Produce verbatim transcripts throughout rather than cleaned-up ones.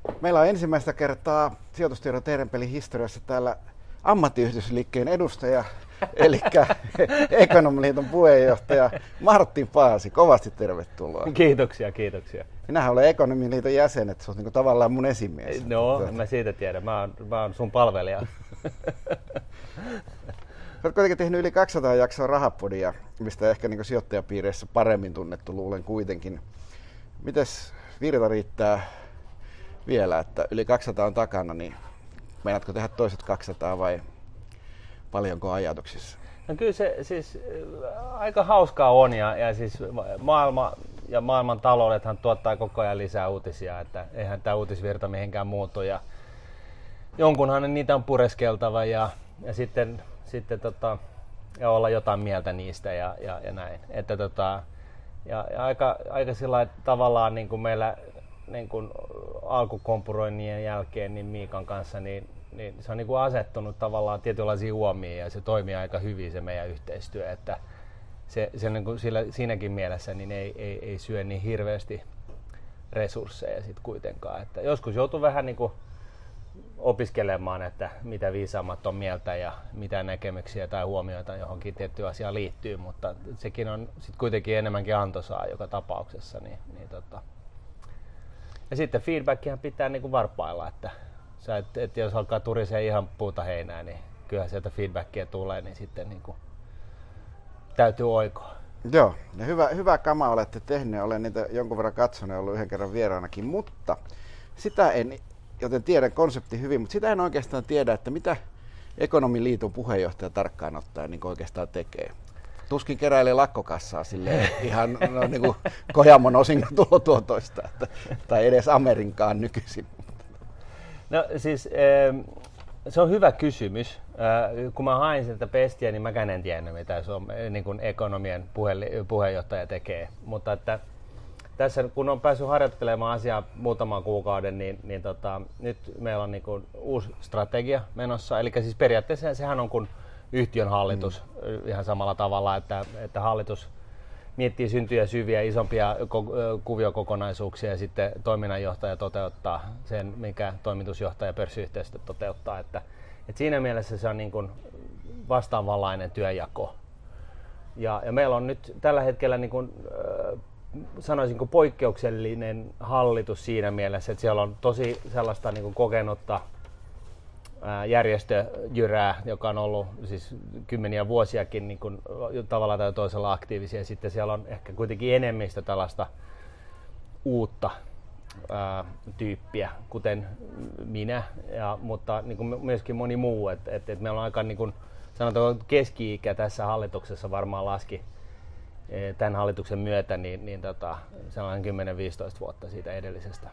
Meillä on ensimmäistä kertaa Sijoitustiedon Terempelin historiassa täällä ammattiyhdistysliikkeen edustaja, eli Ekonomiliiton puheenjohtaja Martti Paasi. Kovasti tervetuloa. Kiitoksia, kiitoksia. Minähän olen Ekonomiliiton jäsen, että sä oot niinku tavallaan mun esimies. No, en mä siitä tiedä. Mä oon, mä oon sun palvelija. Sä oot kuitenkin tehnyt yli kaksisataa jaksoa Rahapodia, mistä ehkä niinku sijoittajapiireissä paremmin tunnettu luulen kuitenkin. Mites virta riittää vielä, että yli kaksisataa on takana, niin meinaatko tehdä toiset kaksisataa vai paljonko ajatuksissa? No kyllä se siis aika hauskaa on ja, ja siis maailma ja maailman taloudethan tuottaa koko ajan lisää uutisia, että eihän tämä uutisvirta mihinkään muutu ja jonkunhan niitä on pureskeltava ja, ja sitten, sitten tota, ja olla jotain mieltä niistä ja, ja, ja näin. Että tota, ja, ja aika, aika sillä tavallaan niin kuin meillä niin kuin alkukompuroinnien jälkeen niin Miikan kanssa, niin, niin se on niin kuin asettunut tavallaan tietynlaisiin huomiin ja se toimii aika hyvin se meidän yhteistyö, että se, se niin kuin sillä, siinäkin mielessä niin ei, ei, ei syö niin hirveästi resursseja sit kuitenkaan. Että joskus joutuu vähän niin kuin opiskelemaan, että mitä viisaammat on mieltä ja mitä näkemyksiä tai huomioita johonkin tiettyyn asiaan liittyy, mutta sekin on sit kuitenkin enemmänkin antoisaa joka tapauksessa. Niin, niin tota. Ja sitten feedbackihan pitää niinku varpailla, että sä et, et jos alkaa turisee ihan puuta heinää, niin kyllähän sieltä feedbackia tulee, niin sitten niinku täytyy oikoa. Joo, ja hyvä, hyvä kama olette tehneet. Olen niitä jonkun verran katsonut ja ollut yhden kerran vieraanakin, mutta sitä en, joten tiedän konsepti hyvin, mutta sitä en oikeastaan tiedä, että mitä Ekonomiliiton puheenjohtaja tarkkaan ottaen niin oikeastaan tekee. Tuskin keräilee lakkokassaa silleen ihan no, niin kuin Kojamon osinkotulotuotoista, että, tai edes Amerikkaan nykyisin. No siis se on hyvä kysymys. Kun mä hain sieltä pestiä, niin mäkään en tiennyt, mitä se on, niin kuin ekonomian puheenjohtaja tekee. Mutta että tässä kun on päässyt harjoittelemaan asiaa muutaman kuukauden, niin, niin tota, nyt meillä on niin kuin uusi strategia menossa. Eli siis periaatteessa sehän on kun yhtiön hallitus mm. ihan samalla tavalla, että, että hallitus miettii syntyjä syviä, isompia ko- kuviokokonaisuuksia ja sitten toiminnanjohtaja toteuttaa sen, mikä toimitusjohtaja pörssiyhteisöstä toteuttaa. Että, että siinä mielessä se on niin kuin vastaavanlainen työnjako. Ja, ja meillä on nyt tällä hetkellä niin kuin, äh, sanoisinko poikkeuksellinen hallitus siinä mielessä, että siellä on tosi sellaista niin kuin kokenutta järjestöjyrää, joka on ollut siis kymmeniä vuosiakin niin kuin tavalla tai toisella aktiivisia. Sitten siellä on ehkä kuitenkin enemmistö tällaista uutta ää, tyyppiä, kuten minä, ja, mutta niin kuin myöskin moni muu. Et, et, et meillä on aika niin kuin, sanotaan, keski-ikä tässä hallituksessa varmaan laski tämän hallituksen myötä, niin, niin tota, sellainen kymmenen viisitoista vuotta siitä edellisestä.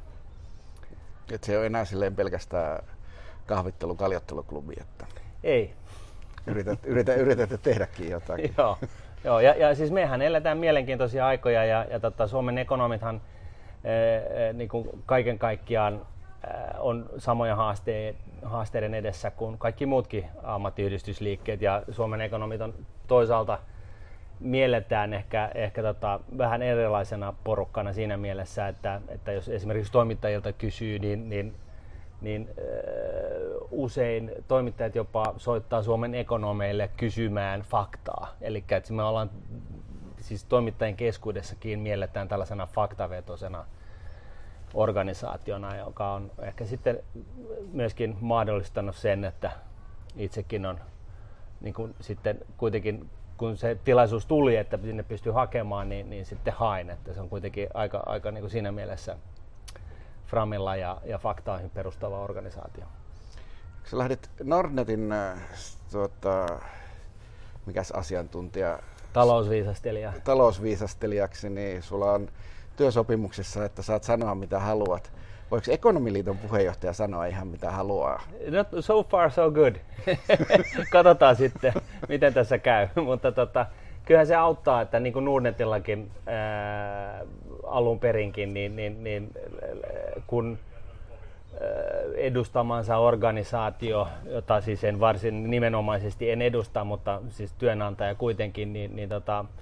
Et se ei ole enää silleen pelkästään kahvittelu, kaljotteluklubi, että ei. Yrität, yrität, yritätte tehdäkin jotakin. Joo, joo ja, ja siis mehän eletään mielenkiintoisia aikoja ja, ja tota, Suomen ekonomithan ee, niin kuin kaiken kaikkiaan ee, on samoja haasteiden, haasteiden edessä kuin kaikki muutkin ammattiyhdistysliikkeet ja Suomen ekonomit on toisaalta mielletään ehkä, ehkä tota, vähän erilaisena porukkana siinä mielessä, että, että jos esimerkiksi toimittajilta kysyy, niin, niin niin äh, usein toimittajat jopa soittaa Suomen ekonomeille kysymään faktaa. Eli että me ollaan siis toimittajien keskuudessakin mielletään tällaisena faktavetoisena organisaationa, joka on ehkä sitten myöskin mahdollistanut sen, että itsekin on niin kun sitten kuitenkin kun se tilaisuus tuli, että sinne pystyy hakemaan, niin, niin sitten hain. Että se on kuitenkin aika, aika niin kuin siinä mielessä Framilla ja, ja faktoihin perustava organisaatio. Sä lähdit Nordnetin äh, tuota, mikäs asiantuntija? Talousviisastelija. Talousviisastelijaksi, niin sulla on työsopimuksessa, että saat sanoa mitä haluat. Voiko Ekonomiliiton puheenjohtaja sanoa ihan mitä haluaa? No, so far so good. Katsotaan sitten, miten tässä käy. Mutta tota, kyllähän se auttaa, että niin kuin Nordnetillakin ää, alun perinkin, niin, niin, niin kun ää, edustamansa organisaatio, jota siis en varsin nimenomaisesti en edusta, mutta siis työnantaja kuitenkin, niin, niin tota,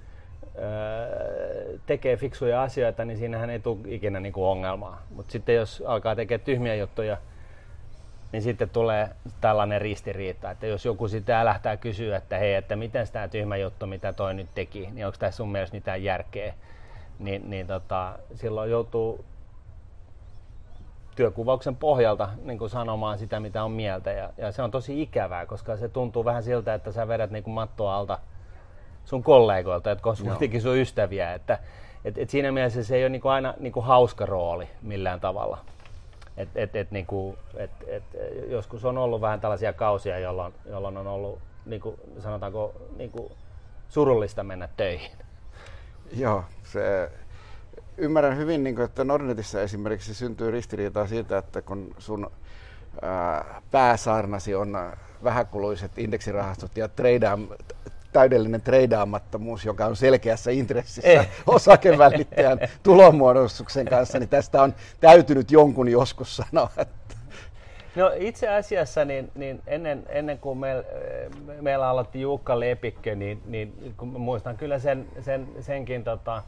tekee fiksuja asioita, niin siinähän ei tule ikinä niin kuin ongelmaa. Mutta sitten jos alkaa tekemään tyhmiä juttuja, niin sitten tulee tällainen ristiriita, että jos joku sitten älähtää kysyä, että hei, että miten tämä tyhmä juttu, mitä toi nyt teki, niin onko tässä sun mielestä mitään järkeä, niin, niin tota, silloin joutuu työkuvauksen pohjalta niin kuin sanomaan sitä, mitä on mieltä. Ja, ja se on tosi ikävää, koska se tuntuu vähän siltä, että sä vedät niin kuin mattoa alta sun kollegoilta, jotka on kuitenkin sun ystäviä. Että, et, et siinä mielessä se ei ole niin kuin aina niin kuin hauska rooli millään tavalla. Et, et, et, niin kuin, et, et, joskus on ollut vähän tällaisia kausia, jolloin, jolloin on ollut, niin kuin, sanotaanko, niin kuin surullista mennä töihin. Joo, se... Ymmärrän hyvin, että Nordnetissä esimerkiksi syntyy ristiriitaa siitä, että kun sun ää, pääsaarnasi on vähäkuluiset indeksirahastot ja treidaan, täydellinen treidaamattomuus, joka on selkeässä intressissä Ei. osakevälittäjän tulonmuodostuksen kanssa, niin tästä on täytynyt jonkun joskus sanoa. Että. No itse asiassa niin, niin ennen, ennen kuin meil, meillä aloitti Jukka Lepikkö, niin, niin muistan kyllä sen, sen, senkin tota,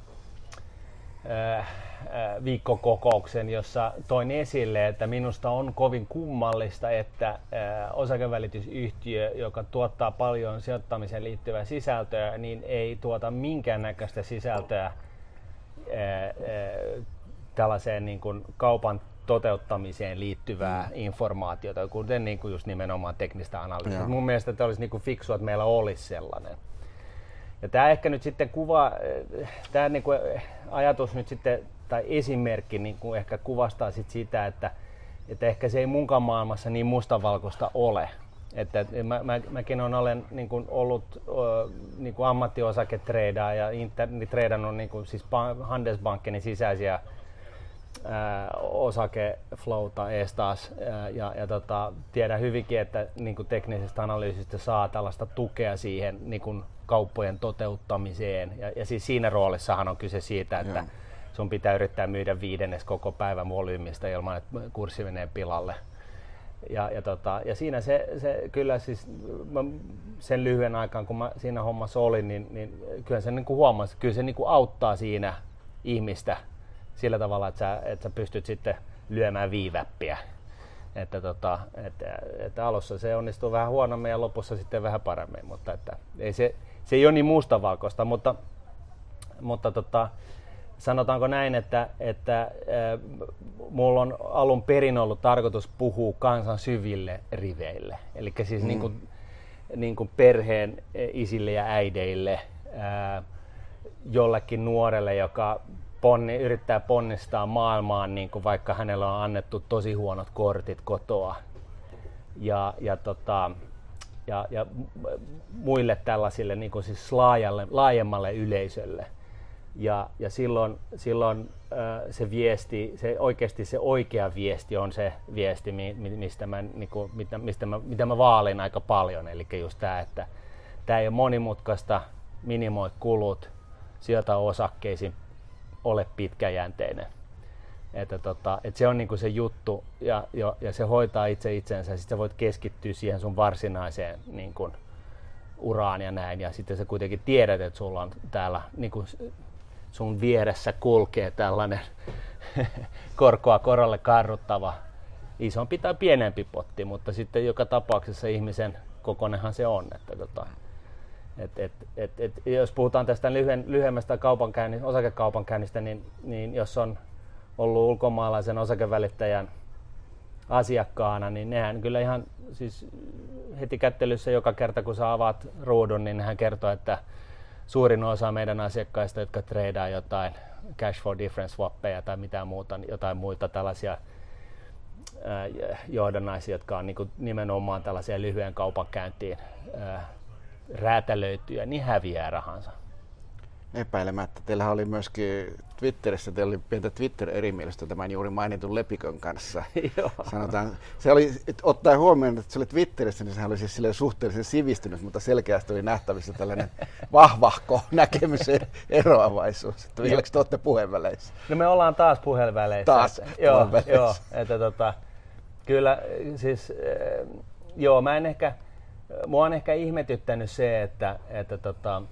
viikkokokouksen, jossa toin esille, että minusta on kovin kummallista, että osakevälitysyhtiö, joka tuottaa paljon sijoittamiseen liittyvää sisältöä, niin ei tuota minkäännäköistä sisältöä tällaiseen niin kuin kaupan toteuttamiseen liittyvää mm. informaatiota, kuten niin kuin just nimenomaan teknistä analyysiä. Mun mielestä tämä olisi niin kuin fiksua, että meillä olisi sellainen. Ja tämä ehkä nyt sitten kuva, tämä niin kuin ajatus nyt sitten, tai esimerkki niin kuin ehkä kuvastaa sit sitä, että, että ehkä se ei munkaan maailmassa niin mustavalkoista ole. Että mä, mä, mäkin olen, olen niin kuin ollut niin kuin ammattiosaketreidaaja ja internet treidannut niin kuin siis Handelsbankenin sisäisiä ää, osakeflowta ees taas ää, ja, ja tota, tiedän hyvinkin, että niin kuin teknisestä analyysistä saa tällaista tukea siihen niin kuin kauppojen toteuttamiseen. Ja, ja siis siinä roolissahan on kyse siitä, että Joo. sun pitää yrittää myydä viidennes koko päivän volyymista ilman, että kurssi menee pilalle. Ja, ja, tota, ja siinä se, se kyllä siis mä, sen lyhyen aikaan, kun mä siinä hommassa olin, niin, niin kyllä se niin kuin huomasi, kyllä se niin kuin auttaa siinä ihmistä sillä tavalla, että sä, että sä pystyt sitten lyömään viiväppiä. Että, tota, että, että alussa se onnistuu vähän huonommin ja lopussa sitten vähän paremmin, mutta että ei se, se ei ole niin mustavalkoista, mutta, mutta tota, sanotaanko näin, että, että äh, mulla on alun perin ollut tarkoitus puhua kansan syville riveille, eli siis mm. niin kuin, niin kuin perheen isille ja äideille, äh, jollekin nuorelle, joka Ponni, yrittää ponnistaa maailmaan, niin kuin vaikka hänellä on annettu tosi huonot kortit kotoa ja, ja, tota, ja, ja muille tällaisille niin kuin siis laajalle, laajemmalle yleisölle. Ja, ja silloin, silloin äh, se viesti, se oikeasti se oikea viesti on se viesti, mi, mistä mä, niin kuin, mitä, mistä mä, mitä mä vaalin aika paljon. Eli just tämä, että tämä ei ole monimutkaista, minimoi kulut, sijoita osakkeisiin, ole pitkäjänteinen. Että tota, et se on niinku se juttu ja, ja, ja se hoitaa itse itsensä, sitten sä voit keskittyä siihen sun varsinaiseen niinku, uraan ja näin, ja sitten sä kuitenkin tiedät, että sulla on täällä niinku, sun vieressä kulkee tällainen korkoa korolle karruttava isompi tai pienempi potti, mutta sitten joka tapauksessa ihmisen kokonenhan se on. Että tota, Et, et, et, et, jos puhutaan tästä lyhyen, lyhyemmästä kaupankäynnistä, osakekaupankäynnistä, niin, niin jos on ollut ulkomaalaisen osakevälittäjän asiakkaana, niin nehän kyllä ihan siis heti kättelyssä joka kerta kun sä avaat ruudun, niin nehän kertoo, että suurin osa meidän asiakkaista, jotka treidaa jotain cash for difference swappeja tai mitään muuta, jotain muita tällaisia ää, johdannaisia, jotka on niinku nimenomaan tällaisia lyhyen kaupankäyntiin ää, räätälöityjä, niin häviää rahansa. Epäilemättä. Teillähän oli myöskin Twitterissä, teillä oli pientä Twitter-erimielisyyttä tämän juuri mainitun Lepikön kanssa. Sanotaan, se oli, ottaen huomioon, että se oli Twitterissä, niin sehän oli siis suhteellisen sivistynyt, mutta selkeästi oli nähtävissä tällainen vahvahko näkemyksen eroavaisuus. Että vieläkö te olette puheenväleissä? No me ollaan taas puheenväleissä. Taas että, puheenväleissä. Joo, joo, että tota, kyllä siis, äh, joo, mä en ehkä, mua on ehkä ihmetyttänyt se, että, että tota,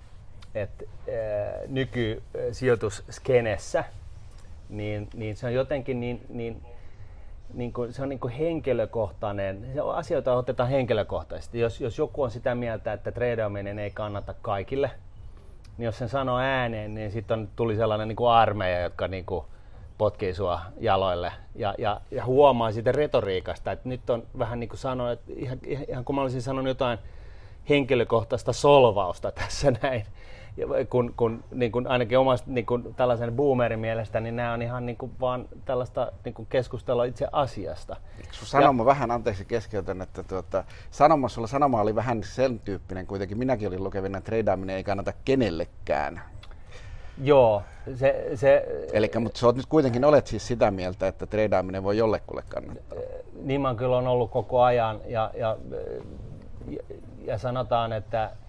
et, ää, nykysijoitusskenessä, niin, niin se on jotenkin niin, niin, niin kuin, se on niin kuin henkilökohtainen, asioita otetaan henkilökohtaisesti. Jos, jos joku on sitä mieltä, että treidaaminen ei kannata kaikille, niin jos sen sanoo ääneen, niin sitten tuli sellainen niin kuin armeija, jotka niin kuin potkii sua jaloille ja, ja, ja huomaa siitä retoriikasta, että nyt on vähän niin kuin sanoa, että ihan, ihan kun mä olisin sanonut jotain henkilökohtaista solvausta tässä näin, kun, kun niin kuin ainakin omasta niin kuin tällaisen boomerin mielestä, niin nämä on ihan niin kuin vaan tällaista niin kuin keskustelua itse asiasta. Sun sanoma ja, vähän, anteeksi keskeytän, että tuota, sanoma, sulla sanoma oli vähän sen tyyppinen kuitenkin, minäkin olin lukevina, että treidaaminen ei kannata kenellekään. Joo. Se, se, Elikkä, mutta sä oot nyt kuitenkin olet siis sitä mieltä, että treidaaminen voi jollekulle kannattaa. Niin mä kyllä on ollut koko ajan ja, ja, ja, ja sanotaan, että äh,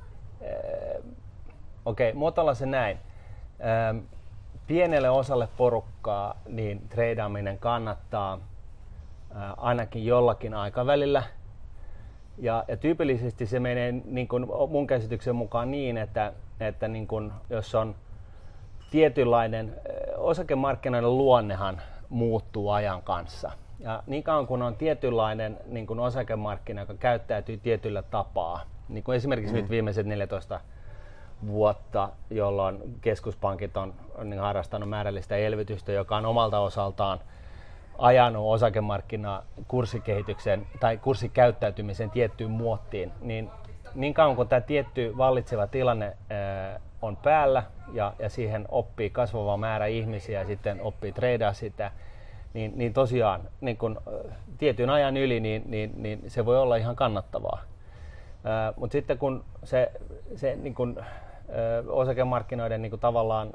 okei, okay, muotoillaan se näin. Ähm, pienelle osalle porukkaa niin treidaaminen kannattaa äh, ainakin jollakin aikavälillä. Ja, ja tyypillisesti se menee niin kuin mun käsityksen mukaan niin, että, että niin kuin, jos on tietynlainen osakemarkkinoiden luonnehan muuttuu ajan kanssa. Ja niin kauan kun on tietynlainen niin kuin osakemarkkina, joka käyttäytyy tietyllä tapaa, niin kuin esimerkiksi mm. nyt viimeiset neljätoista vuotta, jolloin keskuspankit on, on niin harrastanut määrällistä elvytystä, joka on omalta osaltaan ajanut osakemarkkina kurssikehityksen tai kurssikäyttäytymisen tiettyyn muottiin, niin niin kauan kun tämä tietty vallitseva tilanne ää, on päällä ja, ja siihen oppii kasvava määrä ihmisiä ja sitten oppii treidaa sitä, niin, niin tosiaan niin kun, ä, tietyn ajan yli niin, niin, niin se voi olla ihan kannattavaa. Mutta sitten kun se, se niin kun, ä, osakemarkkinoiden niin kun tavallaan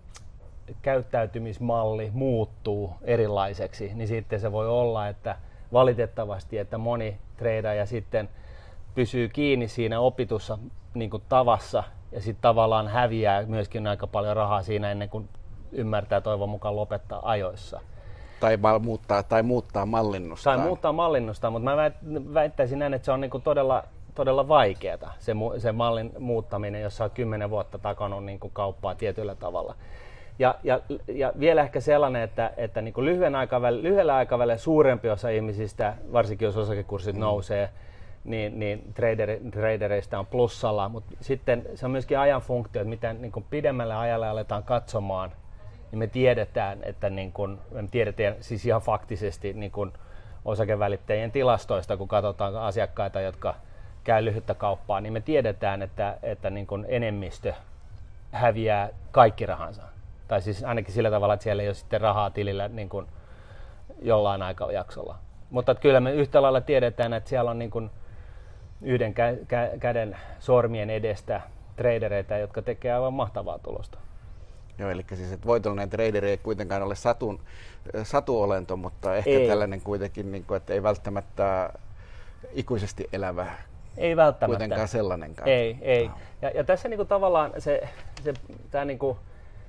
käyttäytymismalli muuttuu erilaiseksi, niin sitten se voi olla, että valitettavasti, että moni treidaaja sitten pysyy kiinni siinä opitussa niin kuin tavassa ja sitten tavallaan häviää myöskin aika paljon rahaa siinä ennen kuin ymmärtää toivon mukaan lopettaa ajoissa. Tai muuttaa, tai muuttaa mallinnusta. Tai muuttaa mallinnusta, mutta mä väittäisin näin, että se on niin kuin todella, todella vaikeaa se, se mallin muuttaminen, jos sä oot kymmenen vuotta takanut niin kuin kauppaa tietyllä tavalla. Ja, ja, ja vielä ehkä sellainen, että, että niin kuin lyhyen aikavälillä, lyhyellä aikavälillä suurempi osa ihmisistä, varsinkin jos osakekurssit mm. nousee, niin, niin trader, tradereista on plussalla, mutta sitten se on myöskin ajan funktio, että miten niin kuin pidemmälle ajalle aletaan katsomaan, niin me tiedetään, että niin kuin, me tiedetään siis ihan faktisesti niin kuin osakevälittäjien tilastoista, kun katsotaan asiakkaita, jotka käy lyhyttä kauppaa, niin me tiedetään, että, että niin kuin enemmistö häviää kaikki rahansa. Tai siis ainakin sillä tavalla, että siellä ei ole sitten rahaa tilillä niin kuin jollain aikajaksolla. Mutta kyllä me yhtä lailla tiedetään, että siellä on niin kuin yhden kä- kä- käden sormien edestä tradereita, jotka tekee aivan mahtavaa tulosta. Joo, eli siis että voitollinen traderi ei kuitenkaan ole satun, satuolento, mutta ehkä ei. Tällainen kuitenkin, niin kuin, että ei välttämättä ikuisesti elävä. Ei välttämättä. Kuitenkaan sellainenkaan. Ei, ei. Ja, ja tässä niin kuin tavallaan se, se, tämä niin kuin,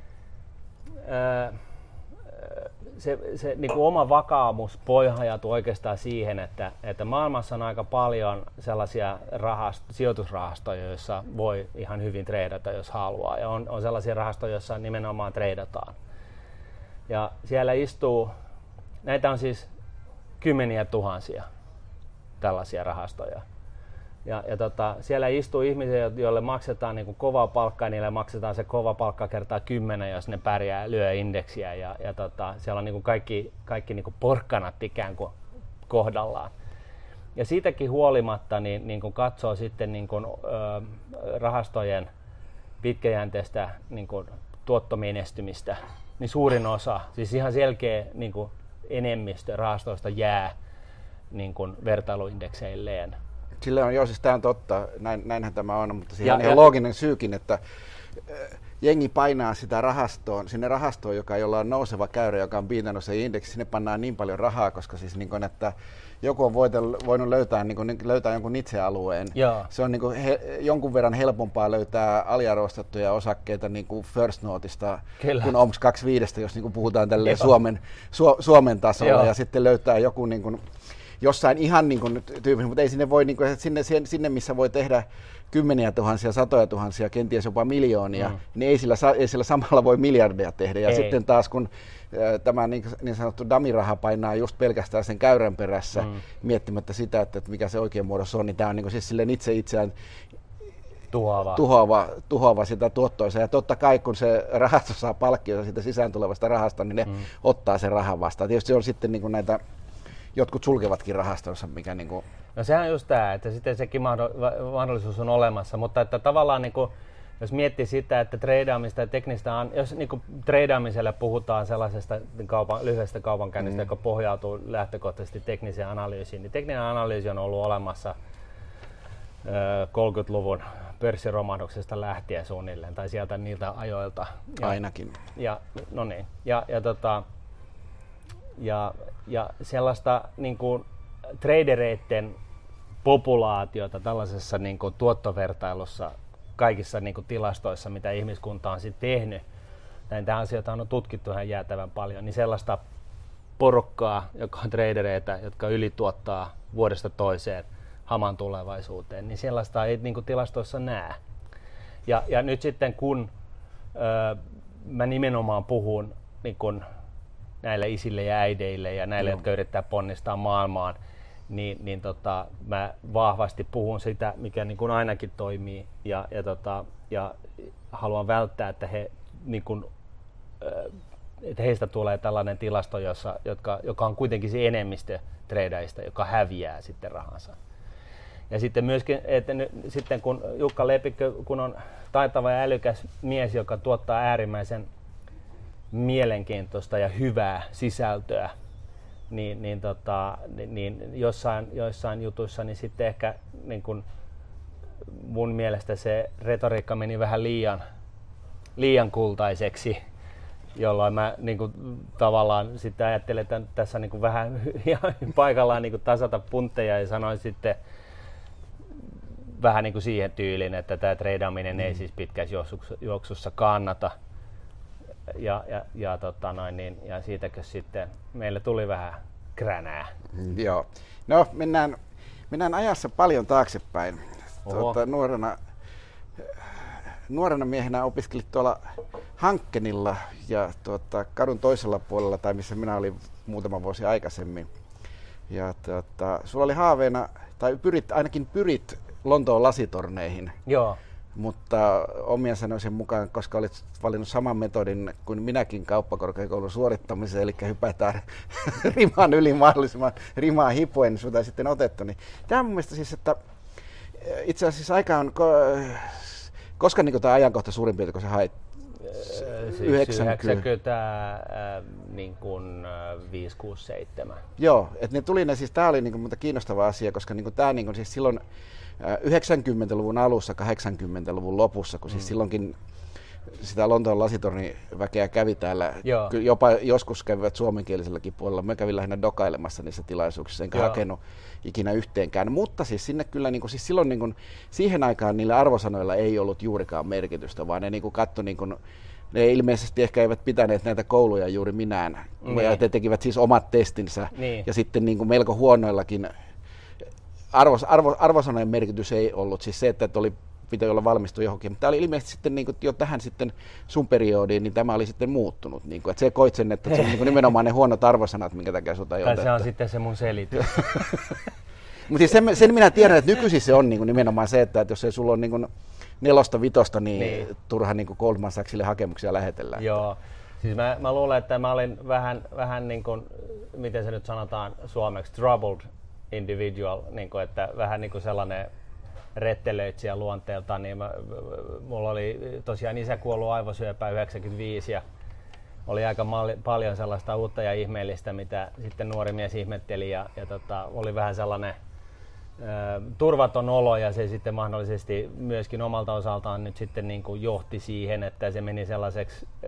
ää, se, se niin kuin oma vakaumus pohjautuu oikeastaan siihen, että, että maailmassa on aika paljon sellaisia rahast, sijoitusrahastoja, joissa voi ihan hyvin treidata, jos haluaa. Ja on, on sellaisia rahastoja, joissa nimenomaan treidataan. Ja siellä istuu, näitä on siis kymmeniä tuhansia tällaisia rahastoja. Ja, ja tota, siellä istuu ihmisiä, joille maksetaan niin kuin kovaa palkkaa, niille maksetaan se kova palkka kertaa kymmenen, jos ne pärjää, lyö indeksiä. Ja, ja tota, siellä on niin kuin kaikki, kaikki niin kuin porkkanat ikään kuin kohdallaan. Ja siitäkin huolimatta, niin, niin kun katsoo sitten niin kun, ö, rahastojen pitkäjänteistä niin kun tuottomenestymistä, niin suurin osa, siis ihan selkeä niin kun enemmistö rahastoista jää niin kun vertailuindekseilleen. Sille on, joo, siis tämä on totta, Näin, näinhän tämä on, mutta siihen ja, on ihan ja, looginen syykin, että äh, jengi painaa sitä rahastoon, sinne rahastoon, joka jolla on nouseva käyrä, joka on piitannut se indeksi, sinne pannaan niin paljon rahaa, koska siis niin kuin, että joku on voinut löytää, niin kuin, löytää jonkun itsealueen. Joo. Se on niin kuin he, jonkun verran helpompaa löytää aliarvostettuja osakkeita niin kuin First Noteista kuin O M S kaksikymmentäviisi, jos niin kuin puhutaan tälleen Suomen, Su, Suomen tasolla, Joo. ja sitten löytää joku niin kuin jossain ihan niin kuin tyypillisesti, mutta ei sinne voi, niin kuin, sinne, sinne missä voi tehdä kymmeniä tuhansia, satoja tuhansia, kenties jopa miljoonia, mm. niin ei sillä, ei sillä samalla voi miljardeja tehdä. Ja ei. Sitten taas kun äh, tämä niin, niin sanottu dummy-raha painaa just pelkästään sen käyrän perässä, mm. miettimättä sitä, että, että mikä se oikein muodossa on, niin tämä on niin kuin siis silleen itse itseään Tuhoava. Tuhoava, tuhoava sitä tuottoisa. Ja totta kai, kun se rahasto saa palkkiota siitä sisään tulevasta rahasta, niin ne mm. ottaa sen rahan vastaan. Tietysti se on sitten niin kuin näitä, jotkut sulkevatkin rahastonsa, mikä niin kuin... No sehän on just tämä, että sitten sekin mahdollisuus on olemassa, mutta että tavallaan niin kuin, jos miettii sitä, että treidaamista ja teknistä, jos niin kuin treidaamiselle puhutaan sellaisesta kaupan, lyhyestä kaupankäynnistä, mm. joka pohjautuu lähtökohtaisesti tekniseen analyysiin, niin tekninen analyysi on ollut olemassa kolmekymmentäluvun pörssiromahduksesta lähtien suunnilleen, tai sieltä niiltä ajoilta. Ja, Ainakin. Ja, no niin, ja, ja, tota, ja, ja sellaista niin kuin tradereiden populaatiota tällaisessa niin kuin tuottovertailussa kaikissa niin kuin tilastoissa, mitä ihmiskunta on sitten tehnyt, näitä asioita on tutkittu ihan jäätävän paljon, niin sellaista porukkaa, joka on tradereita, jotka ylituottaa vuodesta toiseen haman tulevaisuuteen, niin sellaista ei niin kuin tilastoissa näe. Ja, ja nyt sitten kun ö, mä nimenomaan puhun niin kun näille isille ja äideille ja näille, no. jotka yrittää ponnistaa maailmaan, niin, niin tota, mä vahvasti puhun sitä, mikä niin kun ainakin toimii, ja, ja, tota, ja haluan välttää, että, he, niin kun, ö, että heistä tulee tällainen tilasto, jossa, jotka, joka on kuitenkin se enemmistö tradeista, joka häviää sitten rahansa. Ja sitten myöskin, että nyt, sitten kun Jukka Lepikkö, kun on taitava ja älykäs mies, joka tuottaa äärimmäisen mielenkiintoista ja hyvää sisältöä, niin, niin, tota, niin jossain, joissain jutuissa niin sitten ehkä niin kun mun mielestä se retoriikka meni vähän liian, liian kultaiseksi, jolloin mä niin kun, tavallaan sitten ajattelen, että tässä niin kun vähän paikallaan niin kun tasata puntteja ja sanoin sitten vähän niin kuin siihen tyyliin, että tämä treidaaminen mm. ei siis pitkässä juoksussa kannata. Ja, ja, ja, tota noin, niin, ja siitäkö sitten meille tuli vähän kränää. Mm, joo. No mennään, mennään ajassa paljon taaksepäin. Tuota, nuorena, nuorena miehenä opiskelit tuolla Hankkenilla ja tuota, kadun toisella puolella, tai missä minä olin muutama vuosi aikaisemmin. Ja tuota, sulla oli haaveena, tai pyrit, ainakin pyrit Lontoon lasitorneihin. Joo. Mutta omien sanoisen mukaan, koska olit valinnut saman metodin kuin minäkin kauppakorkeakoulun suorittamiseen, eli hypätään riman yli mahdollisimman rimaa hipuen, niin sinulta ei sitten otettu. Niin tämä on mun mielestä siis, että itse asiassa aika on, koska niin tämä ajankohta suurin piirtein, kun sä hait? Siis yhdeksänkymmentä, äh, niin kuin äh, viisi, kuusi, seitsemän. Joo, että ne tuli ne, siis tää oli niin kuin, kiinnostava asia, koska niin kuin, tää niin kuin, siis silloin yhdeksänkymmentäluvun alussa, kahdeksankymmentäluvun lopussa, kun mm. siis silloinkin sitä Lontoon lasitorniväkeä kävi täällä, Joo. jopa joskus kävivät suomenkieliselläkin puolella. Mä kävin lähinnä dokailemassa niissä tilaisuuksissa, enkä Joo. hakenut ikinä yhteenkään. Mutta siis sinne kyllä, niin kuin, siis silloin niin kuin, siihen aikaan niillä arvosanoilla ei ollut juurikaan merkitystä, vaan ne niin kuin katsoi, niin kuin, ne ilmeisesti ehkä eivät pitäneet näitä kouluja juuri minään. Niin. Ja te tekivät siis omat testinsä niin. ja sitten niin kuin melko huonoillakin Arvos, arvo, arvosanojen merkitys ei ollut siis se, että oli, pitää olla valmistu johonkin, mutta tämä oli ilmeisesti sitten niin kuin, jo tähän sitten sun periodiin, niin tämä oli sitten muuttunut. Niin kuin, että se koit sen, että se on niin kuin, nimenomaan ne huonot arvosanat, minkä takia sota ei otettu. Se on sitten se mun selitys. Mutta siis sen, sen minä tiedän, että nykyisin se on niin kuin, nimenomaan se, että, että jos ei sulla ole niin kuin, nelosta vitosta, niin, niin. turha niin kuin Goldman Sachsille hakemuksia lähetellään. Joo. Siis mä, mä luulen, että mä olin vähän, vähän niin kuin, miten se nyt sanotaan suomeksi, troubled individual, niin kuin, että vähän niin kuin sellainen rettelöitsijä luonteelta, niin mä, mulla oli tosiaan isä kuollut aivosyöpään yhdeksänkymmentäviisi ja oli aika mal- paljon sellaista uutta ja ihmeellistä, mitä sitten nuori mies ihmetteli ja, ja tota, oli vähän sellainen ä, turvaton olo ja se sitten mahdollisesti myöskin omalta osaltaan nyt sitten niin kuin johti siihen, että se meni sellaiseksi ä,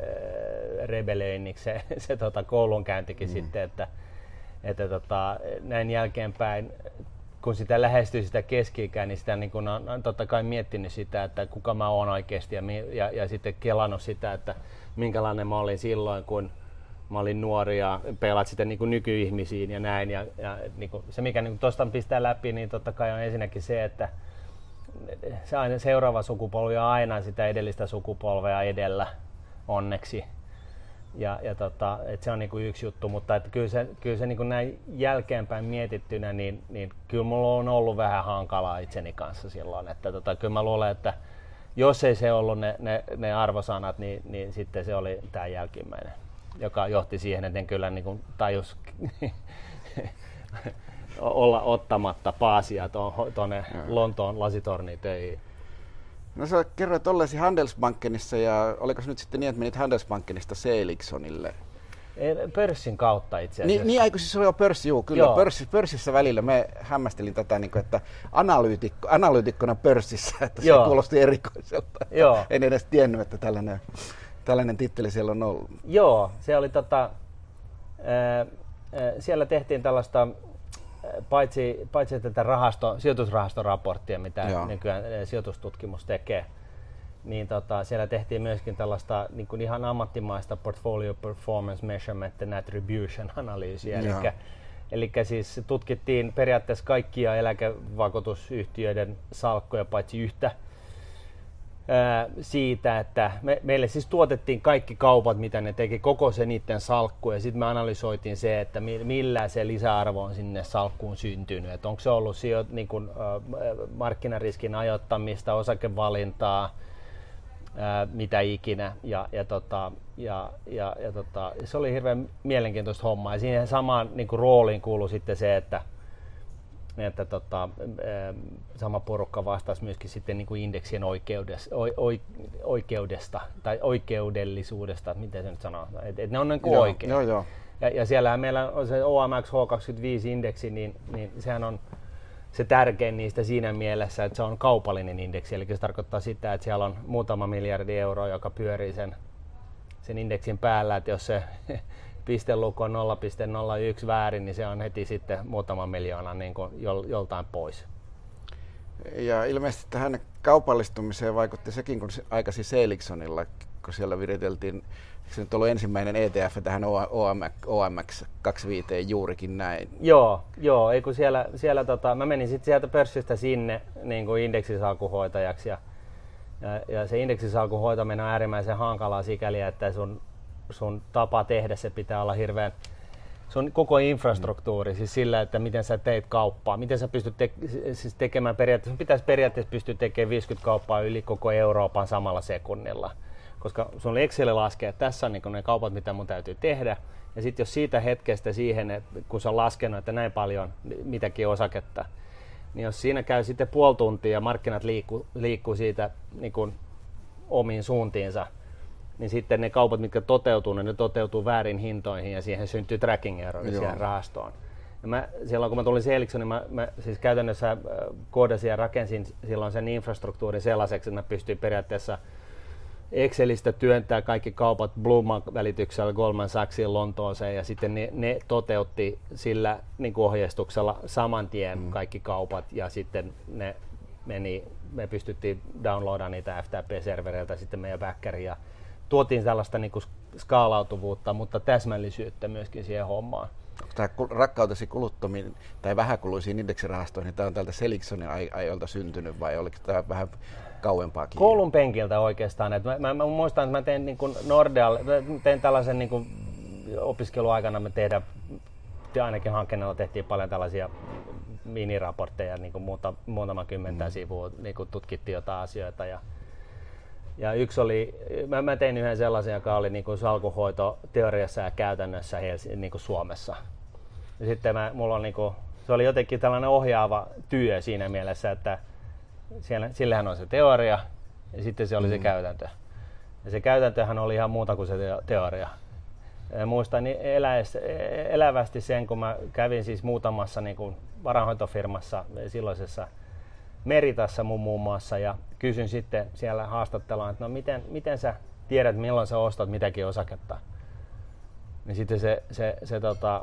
rebelöinniksi se, se tota, koulunkäyntikin mm. sitten, että Että tota, näin jälkeenpäin, kun sitä lähestyy sitä keski-ikää, niin sitä niin kun on, on totta kai miettinyt sitä, että kuka mä oon oikeasti ja, ja, ja sitten kelannut sitä, että minkälainen mä olin silloin, kun mä olin nuori ja pelaat sitten niin kuin nykyihmisiin ja näin. Ja, ja niin kuin se mikä niin tuosta pistää läpi, niin totta kai on ensinnäkin se, että se aina seuraava sukupolvi on aina sitä edellistä sukupolvea edellä, onneksi. Ja, ja tota, et se on niinku yksi juttu, mutta että kyllä se, kyllä se niinku näin jälkeenpäin mietittynä, niin, niin kyllä mulla on ollut vähän hankalaa itseni kanssa silloin. Että tota, kyllä mä luulen, että jos ei se ollut ne, ne, ne arvosanat, niin, niin sitten se oli tämä jälkimmäinen, joka johti siihen, että en kyllä niinku tajus olla ottamatta paasia tuonne Lontoon lasitorniin töihin. No sä kerroit olleesi Handelsbankenissa ja oliko se nyt sitten niin, että menit Handelsbankenista Seeligsonille? Pörssin kautta itse asiassa. Niin, niin eikö siis se oli jo pörssi, juu, kyllä. Pörssi, pörssissä välillä me hämmästelin tätä, niin kuin, että analyytikko, analyytikkona pörssissä, että Joo. se kuulosti erikoiselta. Joo. En edes tiennyt, että tällainen, tällainen titteli siellä on ollut. Joo, se oli tota, ää, siellä tehtiin tällaista, paitsi, paitsi tätä rahasto, sijoitusrahastoraporttia, mitä Joo. nykyään sijoitustutkimus tekee, niin tota, siellä tehtiin myöskin tällaista niin kuin ihan ammattimaista portfolio performance measurement and attribution analyysiä. Eli, eli siis tutkittiin periaatteessa kaikkia eläkevakuutusyhtiöiden salkkuja paitsi yhtä ää, siitä, että me, meille siis tuotettiin kaikki kaupat, mitä ne teki, koko se niiden salkku, ja sitten me analysoitiin se, että millä se lisäarvo on sinne salkkuun syntynyt. Et onko se ollut sijo, niin kuin, ä, markkinariskin ajoittamista, osakevalintaa, Ää, mitä ikinä, ja, ja, tota, ja, ja, ja tota, se oli hirveän mielenkiintoista hommaa, ja siihen samaan niin kuin rooliin kuului sitten se, että, että tota, ää, sama porukka vastasi myöskin sitten niin kuin indeksien oikeudesta, o, o, oikeudesta tai oikeudellisuudesta, miten se nyt sanoo, että et ne on niin kuin oikein. Joo, joo. Ja, ja siellähän meillä on se O M X H kaksikymmentäviisi-indeksi, niin, niin sehän on se tärkein niistä siinä mielessä, että se on kaupallinen indeksi, eli se tarkoittaa sitä, että siellä on muutama miljardi euroa, joka pyörii sen, sen indeksin päällä, että jos se pisteluku on nolla pilkku nolla yksi väärin, niin se on heti sitten muutama miljoona niin kuin jol, joltain pois. Ja ilmeisesti tähän kaupallistumiseen vaikutti sekin, kun aikaisin Seeligsonilla, kun siellä viriteltiin, se nyt ollut ensimmäinen E T F tähän O M X kaksikymmentäviisi juurikin näin. Joo, joo, ei kun siellä, siellä tota, mä menin sitten sieltä pörssistä sinne niin kuin indeksisalkuhoitajaksi, ja, ja, ja se indeksisalkun hoitaminen on äärimmäisen hankalaa sikäli, että sun, sun tapa tehdä se pitää olla hirveän, sun koko infrastruktuuri, mm. siis sillä, että miten sä teit kauppaa, miten sä pystyt te- siis tekemään periaatteessa, sun pitäisi periaatteessa pystyä tekemään viisikymmentä kauppaa yli koko Euroopan samalla sekunnilla. Koska sun Excel laskee, että tässä on niin ne kaupat, mitä mun täytyy tehdä. Ja sitten jos siitä hetkestä siihen, että kun sä on laskenut, että näin paljon mitäkin osaketta, niin jos siinä käy sitten puoli tuntia ja markkinat liikkuu, liikkuu siitä niin kuin omiin suuntiinsa, niin sitten ne kaupat, mitkä toteutuu, ne toteutuu väärin hintoihin ja siihen syntyy tracking error siihen rahastoon. Ja mä, silloin kun mä tulin Seeligsoniin, mä, mä siis käytännössä koodasin ja rakensin silloin sen infrastruktuurin sellaiseksi, että mä pystyin periaatteessa Excelistä työntää kaikki kaupat Bloomberg-välityksellä Goldman Sachsiin Lontooseen, ja sitten ne, ne toteutti sillä niin kuin ohjeistuksella saman tien mm. kaikki kaupat, ja sitten ne meni, me pystyttiin downloadamaan niitä F T P-servereiltä sitten meidän backkeriin, ja tuotiin sellaista niin kuin skaalautuvuutta, mutta täsmällisyyttä myöskin siihen hommaan. Tämä rakkautesi kuluttomiin tai vähäkuluisiin indeksirahastoihin, niin tämä on täältä Seligsonin ajoilta syntynyt, vai oliko tämä vähän kauempaakin? Koulun penkiltä oikeastaan. Että mä, mä, mä muistan, että mä tein niin kuin Nordealle, tein tällaisen niin kuin opiskeluaikana, me tehdään, ainakin hankkeella tehtiin paljon tällaisia miniraportteja, niin kuin muuta, muutama kymmentä mm. sivua, niin kuin tutkittiin jotain asioita. Ja, ja yksi oli, mä, mä tein yhden sellaisen, joka oli niin kuin salkunhoito teoriassa ja käytännössä Helsi, niin kuin Suomessa. Ja sitten mä, mulla on niin kuin, se oli jotenkin tällainen ohjaava työ siinä mielessä, että siellä, sillähän on se teoria ja sitten se oli mm. se käytäntö. Ja se käytäntöhän oli ihan muuta kuin se teoria. Ja muistan eläis, elävästi sen, kun mä kävin siis muutamassa niin kuin varainhoitofirmassa, silloisessa Meritassa mun muun muassa, ja kysyn sitten siellä haastatteluun, että no miten, miten sä tiedät, milloin sä ostat mitäkin osaketta. Niin sitten se, se, se tota,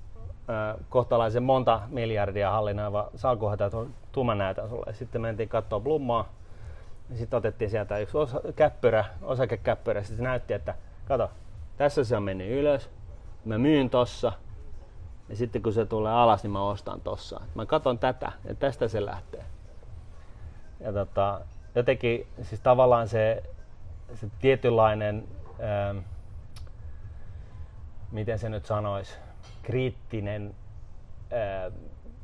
kohtalaisen monta miljardia hallinnoiva salkunhoitaja, tuu mä näytän sulle. Sitten mentiin katsoa Blummaa, ja sitten otettiin sieltä yksi osa, käppyrä, osakekäppyrä, sitten se näytti, että kato, tässä se on mennyt ylös, mä myyn tossa ja sitten kun se tulee alas, niin mä ostan tossa. Mä katson tätä ja tästä se lähtee. Ja tota, jotenkin siis tavallaan se, se tietynlainen, ähm, miten se nyt sanoisi, kriittinen äh,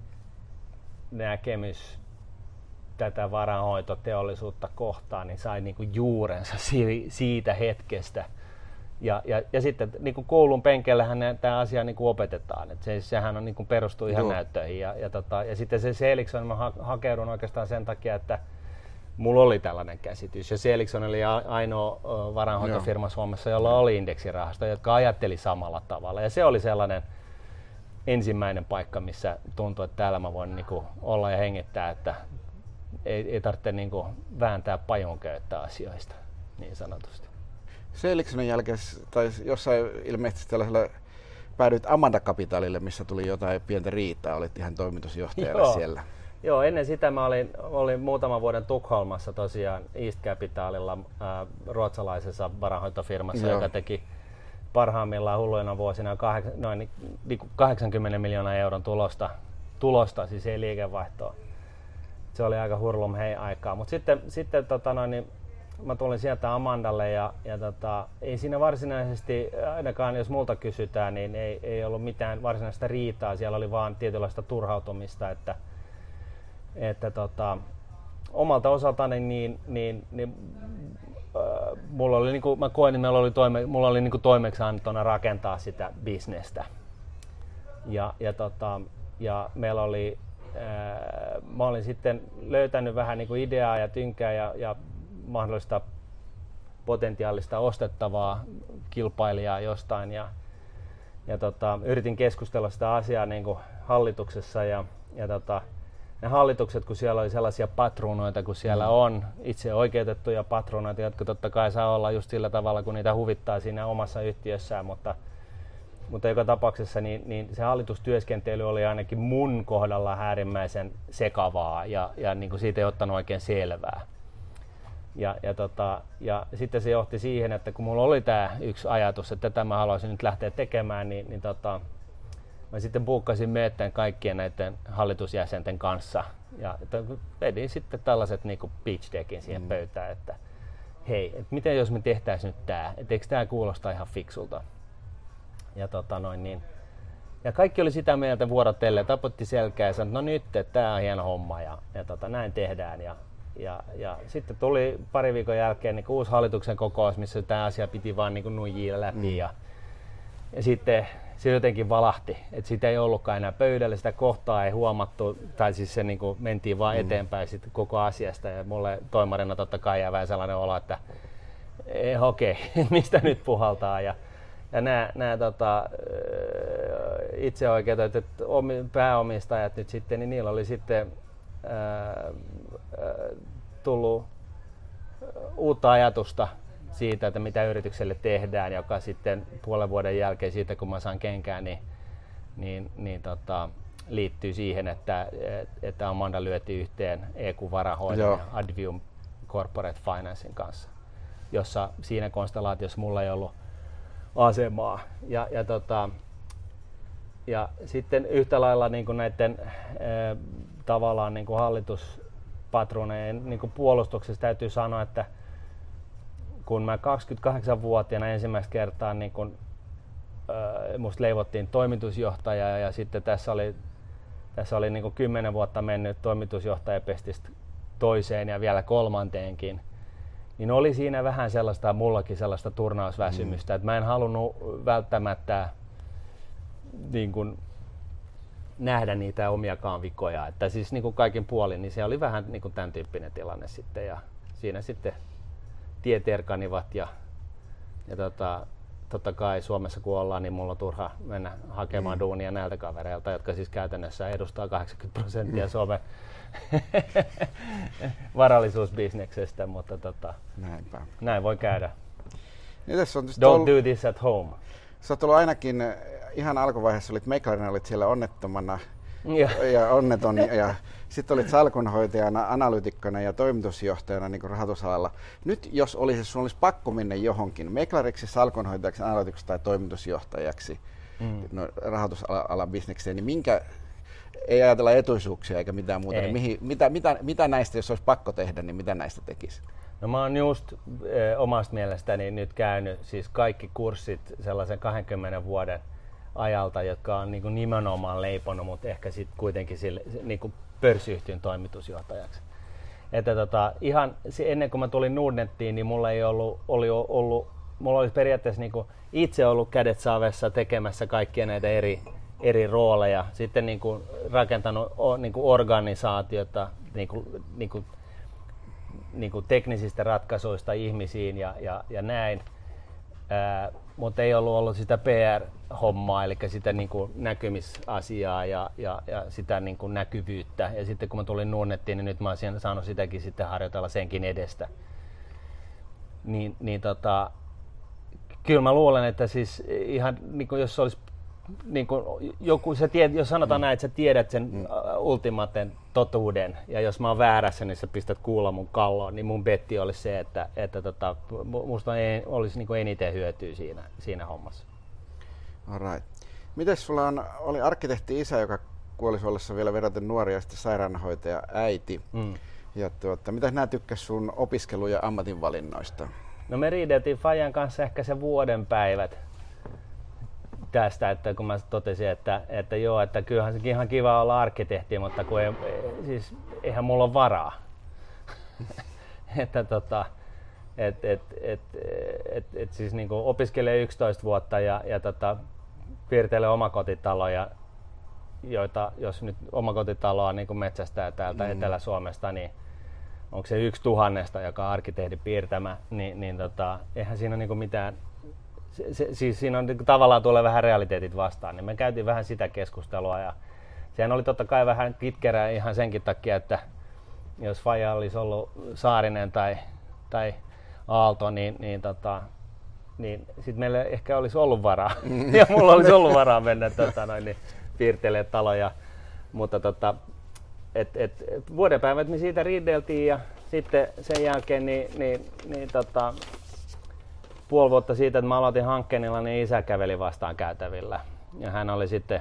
näkemys tätä varainhoitoteollisuutta kohtaan, niin sai niinku juurensa siitä hetkestä. Ja, ja, ja sitten niinku koulun penkeillähän tämä asia niinku opetetaan. Et se, sehän on, niinku perustuu ihan Joo. näyttöihin. Ja, ja, tota, ja sitten se Ericsson, mä ha- hakeudun oikeastaan sen takia, että mulla oli tällainen käsitys. Ja Ericsson oli ainoa varainhoitofirma Joo. Suomessa, jolla oli indeksirahasto, jotka ajatteli samalla tavalla. Ja se oli sellainen ensimmäinen paikka, missä tuntui, että täällä mä voin niinku olla ja hengittää, että ei, ei tarvitse niinku vääntää pajunköyttä asioista, niin sanotusti. Ericssonin jälkeen, tai jossain ilmeisesti tällaisella päädyit Amanda Capitalille, missä tuli jotain pientä riitaa, olit ihan toimitusjohtajana Joo. siellä. Joo, ennen sitä mä olin, olin muutaman vuoden Tukholmassa tosiaan East Capitalilla, äh, ruotsalaisessa varainhoitofirmassa, Joo. joka teki parhaimmillaan hulluina vuosina kahdeksan, noin niin kahdeksankymmentä miljoonaa euron tulosta, tulosta siis ei liikevaihtoa. Se oli aika hurlum hei aikaa, mutta sitten, sitten tota noin, niin mä tulin sieltä Amandalle ja, ja tota, ei siinä varsinaisesti, ainakaan jos multa kysytään, niin ei, ei ollut mitään varsinaista riitaa, siellä oli vaan tietynlaista turhautumista, että, että tota, omalta osaltani niin, niin, niin äh, mulla oli, niin kuin mä koin, niin meillä oli, toime, mulla oli niin kuin toimeksiantona rakentaa sitä bisnestä ja, ja, tota, ja meillä oli, äh, mä olin sitten löytänyt vähän niin kuin ideaa ja tynkää ja, ja mahdollista potentiaalista ostettavaa kilpailijaa jostain ja, ja tota, yritin keskustella sitä asiaa niin kuin hallituksessa ja, ja tota, ne hallitukset, kun siellä oli sellaisia patruunoita, kun siellä mm. on itse oikeutettuja patruunoita, jotka totta kai saa olla just sillä tavalla, kun niitä huvittaa siinä omassa yhtiössään, mutta, mutta joka tapauksessa niin, niin se hallitustyöskentely oli ainakin mun kohdalla äärimmäisen sekavaa ja, ja niin kuin siitä ei ottanut oikein selvää. Ja, ja, tota, ja sitten se johti siihen, että kun mulla oli tämä yksi ajatus, että tätä mä haluaisin nyt lähteä tekemään, niin, niin tota, mä sitten buukkasin meetten kaikkien näiden hallitusjäsenten kanssa. Ja vedin sitten tällaiset niinku pitch deckin siihen mm. pöytään, että hei, et miten jos me tehtäisiin nyt tää, et eikö tää kuulosta ihan fiksulta? Ja, tota noin, niin, ja kaikki oli sitä mieltä vuorotellen, tapotti selkää ja sanoi, no nyt, että tää on hieno homma ja, ja tota, näin tehdään. Ja, Ja, ja sitten tuli pari viikon jälkeen niin uusi hallituksen kokous, missä tämä asia piti vaan niin nujia läpi. Mm. Ja, ja sitten se jotenkin valahti, että sitä ei ollutkaan enää pöydällä, sitä kohtaa ei huomattu, tai siis se niin kuin mentiin vaan mm. eteenpäin sitten koko asiasta. Ja mulle toimarina totta kai jää vähän sellainen olo, että eh, okei, okay, mistä nyt puhaltaa. Ja, ja nämä, nämä tota, itseoikeutetut pääomistajat nyt sitten, niin niillä oli sitten Ää, tullut uutta ajatusta siitä, että mitä yritykselle tehdään, joka sitten puolen vuoden jälkeen siitä, kun mä saan kenkään, niin, niin, niin tota, liittyy siihen, että, että Amanda lyötiin yhteen E Q-varahoidon ja Advium Corporate Financein kanssa, jossa siinä konstellaatiossa mulla ei ollut asemaa. Ja, ja, tota, ja sitten yhtä lailla niin kuin näiden ää, tavallaan niin kuin hallituspatruuneen niin kuin puolustuksessa täytyy sanoa, että kun mä kaksikymmentäkahdeksanvuotiaana ensimmäistä kertaa niin kuin, äh, musta leivottiin toimitusjohtaja ja sitten tässä oli, tässä oli niin kuin kymmenen vuotta mennyt toimitusjohtajapestistä toiseen ja vielä kolmanteenkin, niin oli siinä vähän sellaista, mullakin sellaista turnausväsymystä, mm. että mä en halunnut välttämättä niin kuin, nähdä niitä omiakaan vikoja, että siis niin kuin kaikin puolin, niin se oli vähän niin kuin tämän tyyppinen tilanne sitten ja siinä sitten tiet erkanivat ja, ja tota, totta kai Suomessa kun ollaan, niin mulla on turha mennä hakemaan mm. duunia näiltä kavereilta, jotka siis käytännössä edustaa kahdeksankymmentä prosenttia mm. Suomen varallisuusbisneksestä, mutta tota, Näinpä. näin voi käydä. Niin on Don't ollut, do this at home. Sä oot ollut ainakin ihan alkuvaiheessa olit meklarina, olit siellä onnettomana ja, ja onneton ja sitten olit salkunhoitajana, analyytikkona ja toimitusjohtajana niin kuin rahoitusalalla. Nyt jos olisi, sun olisi pakko mennä johonkin meklariksi, salkunhoitajaksi, analyytikoksi tai toimitusjohtajaksi, mm. no, rahoitusalan bisnekseen, niin minkä, ei ajatella etuisuuksia eikä mitään muuta, niin mihin, mitä, mitä, mitä näistä, jos olisi pakko tehdä, niin mitä näistä tekisi? No mä oon just ö, omasta mielestäni nyt käynyt siis kaikki kurssit sellaisen kahdenkymmenen vuoden ajalta, jotka on niin kuin nimenomaan leiponut, mutta ehkä sitten kuitenkin sille, niin kuin pörssiyhtiön toimitusjohtajaksi. Että tota, ihan ennen kuin mä tulin Nordnettiin, niin mulla ei ollut, oli ollut, mulla olisi periaatteessa niin kuin itse ollut kädet saavessa tekemässä kaikkia näitä eri, eri rooleja. Sitten niin kuin rakentanut niin kuin organisaatiota niin kuin, niin kuin, niin kuin teknisistä ratkaisuista ihmisiin ja, ja, ja näin. Ää, mutta ei ollut ollut sitä P R-hommaa, eli sitä niin kuin näkymisasiaa ja, ja, ja sitä niin kuin näkyvyyttä. Ja sitten kun mä tulin Nordnettiin, niin nyt mä oon saanut sitäkin sitten harjoitella senkin edestä. Niin, niin tota, kyllä mä luulen, että siis ihan niin kuin jos olisi niin kuin joku, sä tiedät, jos sanotaan mm. näin, että sä tiedät sen mm. ultimaaten totuuden, ja jos mä oon väärässä, niin sä pistät kuulla mun kalloon, niin mun betti olisi se, että, että tota, musta olisi niin kuin eniten hyötyä siinä, siinä hommassa. Alright. Mites sulla on, oli arkkitehti-isä, joka kuoli ollessa vielä verraten nuori, ja sitten sairaanhoitaja äiti. Mm. Ja tuota, mitä nämä tykkäs sun opiskelu- ja ammatinvalinnoista? No me riideltiin Fajan kanssa ehkä se vuoden päivät tästä, että kun mä totesin, että, että joo, että kyllähän sekin ihan kiva olla arkkitehti, mutta kun ei, siis eihän mulla ole varaa. että tota, et, et, et, et, et siis niinku opiskelee yksitoista vuotta ja, ja tota, piirtelee omakotitaloja, joita jos nyt omakotitaloa niin kuin metsästää täältä mm. Etelä-Suomesta, niin onko se yksi tuhannesta, joka on arkkitehdin piirtämä, niin, niin tota, eihän siinä ole niin kuin mitään. Se, se, siis siinä on niin kuin, tavallaan tulee vähän realiteetit vastaan, niin me käytiin vähän sitä keskustelua ja sehän oli totta kai vähän kitkerää ihan senkin takia, että jos faija olisi ollut Saarinen tai, tai Aalto, niin, niin, tota, niin sitten meillä ehkä olisi ollut varaa ja mulla olisi ollut varaa mennä tota, noin, niin, piirtelee taloja, mutta tota, et, et, et, vuodenpäivät me siitä riideltiin ja sitten sen jälkeen niin, niin, niin, tota, puoli vuotta siitä, että mä aloitin hankkeenilla, niin isä käveli vastaan käytävillä ja hän oli sitten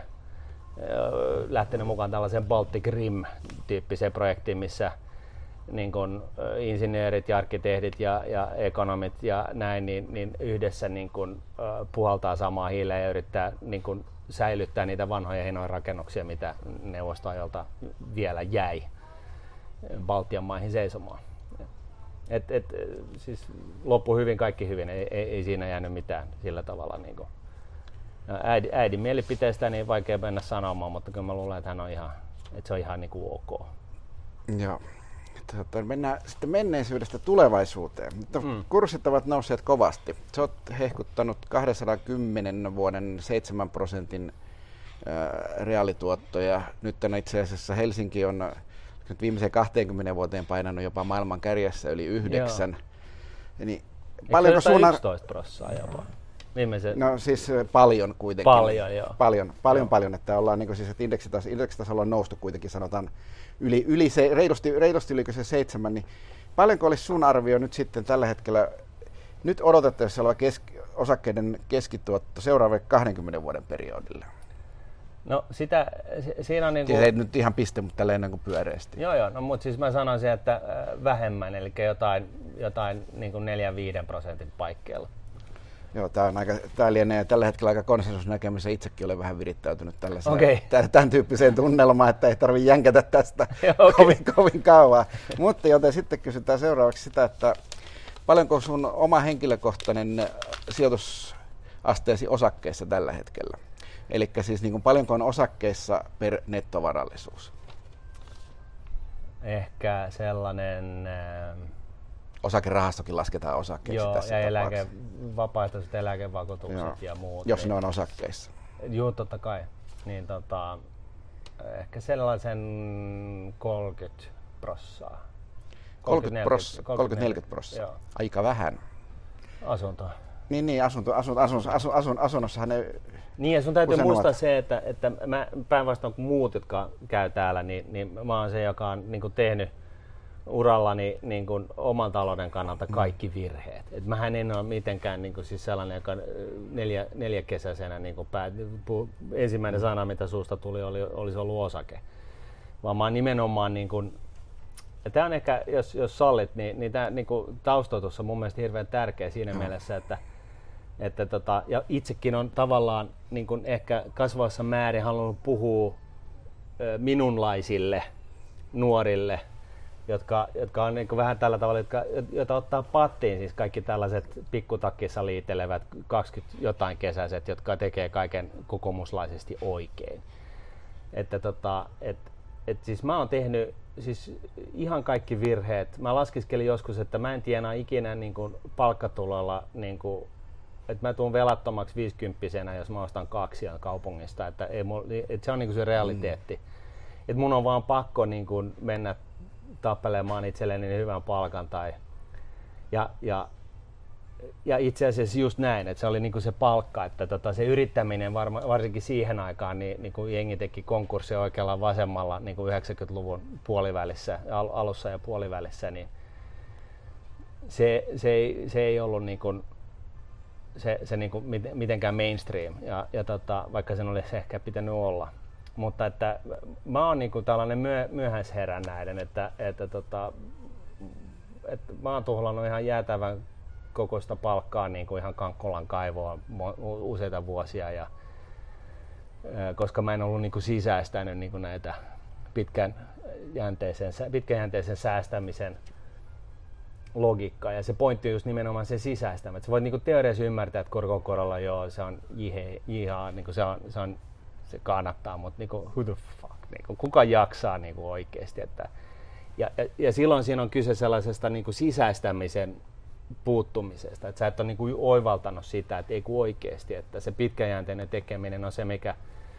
ö, lähtenyt mukaan tällaisen Baltic Rim-tyyppiseen projektiin, missä niin kun, ö, insinöörit ja arkkitehdit ja, ja ekonomit ja näin niin, niin yhdessä niin kun, ö, puhaltaa samaa hiileä ja yrittää niin kun, säilyttää niitä vanhoja hienoja rakennuksia, mitä neuvostoajalta vielä jäi Baltian maihin seisomaan. Et, et, siis loppu hyvin, kaikki hyvin, ei, ei, ei siinä jäänyt mitään sillä tavalla. Niin kuin. Äidin, äidin mielipiteestä niin vaikea mennä sanomaan, mutta kyllä mä luulen, että hän on ihan, että se on ihan niin kuin ok. Joo. Tota, mennään sitten menneisyydestä tulevaisuuteen. Mm. Kurssit ovat nousseet kovasti. Sä oot hehkuttanut kaksisataakymmenen vuoden seitsemän prosentin äh, reaalituottoja. Nyt itse asiassa Helsinki on nyt viimeiseen kaksikymmentä vuoteen painanut jopa maailman kärjessä yli yhdeksän. Niin, paljonko sun ar- yksitoista prosenttia jopa? Viimeisen... No siis paljon kuitenkin. Paljon, joo. Paljon, paljon, joo. paljon, että ollaan niin kuin siis, että indeksitas, indeksitasolla on noustu kuitenkin sanotaan yli, yli se, reilusti, reilusti yli se seitsemän, niin paljonko olisi sun arvio nyt sitten tällä hetkellä, nyt odotettavissa oleva keski, osakkeiden keskituotto seuraavalle kahdenkymmenen vuoden periodille? No sitä, siinä on niinku... Siis ei nyt ihan piste, mutta tälleen niin kuin pyöreästi. Joo, joo, no mutta siis mä sanoisin, että vähemmän, eli jotain, jotain niin kuin neljä viiden prosentin paikkeilla. Joo, tämä on aika, tämä lienee tällä hetkellä aika konsensusnäkemys, itsekin olen vähän virittäytynyt tällaiseen, okay. tämän tyyppiseen tunnelmaan, että ei tarvitse jänkätä tästä okay. kovin, kovin kauan. Mutta joten sitten kysytään seuraavaksi sitä, että paljonko sun oma henkilökohtainen sijoitusasteesi osakkeissa tällä hetkellä? Eli siis niin kuin paljonko on osakkeissa per nettovarallisuus? Ehkä sellainen... Äh... Osakerahastokin lasketaan osakkeiksi Joo, tässä ja tapauksessa. Eläke, vapaaehtoiset eläkevakuutukset Joo. ja muut. Jos niin, ne on osakkeissa. Joo, totta kai. Niin, tota, ehkä sellaisen kolmekymmentä prosenttia. kolmekymmentä neljäkymmentä prosenttia. Aika vähän. Asuntoa. Niin, niin asunto, asun, asun, asun, asun, asunnossahan ne... Niin, ja sun täytyy muistaa se, että, että mä päinvastoin kuin muut, jotka käy täällä, niin, niin mä oon se, joka on niin kuin tehnyt urallani niin kuin oman talouden kannalta kaikki virheet. Et mähän en ole mitenkään niin kuin siis sellainen, joka neljä, neljäkesäisenä niin kuin päät, pu, ensimmäinen sana, mitä suusta tuli, oli, olisi ollut osake. Vaan mä oon nimenomaan, niin kuin, ja tämä on ehkä, jos, jos sallit, niin, niin tämä niin kuin taustoitus on mun mielestä hirveän tärkeä siinä no. mielessä, että, että tota, ja itsekin on tavallaan niin kuin ehkä kasvavassa määrin halunnut puhua ö, minunlaisille nuorille, jotka, jotka on niin kuin vähän tällä tavalla, jotka, joita ottaa pattiin, siis kaikki tällaiset pikkutakkissa liitelevät kaksikymmentä jotain kesäiset, jotka tekee kaiken kokoomuslaisesti oikein. Että tota, et, et siis mä oon tehnyt siis ihan kaikki virheet. Mä laskiskelin joskus, että mä en tienaa ikinä niin kuin palkkatulolla, niin kuin, että mä tuun velattomaksi viisikymppisenä, jos mä ostan kaksia kaupungista. Että ei mul, et se on niin kuin se realiteetti. Mm. Että mun on vaan pakko niin kuin mennä tappelemaan itselleni hyvän palkan. Tai, ja, ja, ja itse asiassa just näin, että se oli niin kuin se palkka, että tota, se yrittäminen varma, varsinkin siihen aikaan, niin, niin kuin jengi teki konkurssia oikealla vasemmalla niin kuin yhdeksänkymmentäluvun puolivälissä, al, alussa ja puolivälissä, niin se, se, ei, se ei ollut niin kuin, se, se niin kuin mitenkään mainstream, ja, ja tota, vaikka sen olisi ehkä pitänyt olla. Mutta että mä oon niinku tällainen myö, myöhäisherännäinen, että, että, tota, että mä oon tuhlannut ihan jäätävän kokoista palkkaa niinku ihan Kankkolan kaivoa useita vuosia, ja, koska mä en ollut niinku sisäistänyt niinku näitä pitkän jänteisen, pitkäjänteisen säästämisen logiikkaa, ja se pointti on just nimenomaan se sisäistäminen. Sä voit niinku teoriassa ymmärtää, että korkokorolla joo, se on jihaa, niinku se on, se on se kannattaa, mutta niinku, who the fuck, niinku, kuka jaksaa niinku oikeasti. Että, ja, ja, ja silloin siinä on kyse sellaisesta niinku sisäistämisen puuttumisesta, että sä et ole niinku oivaltanut sitä, että ei kun oikeasti, että se pitkäjänteinen tekeminen on se, mikä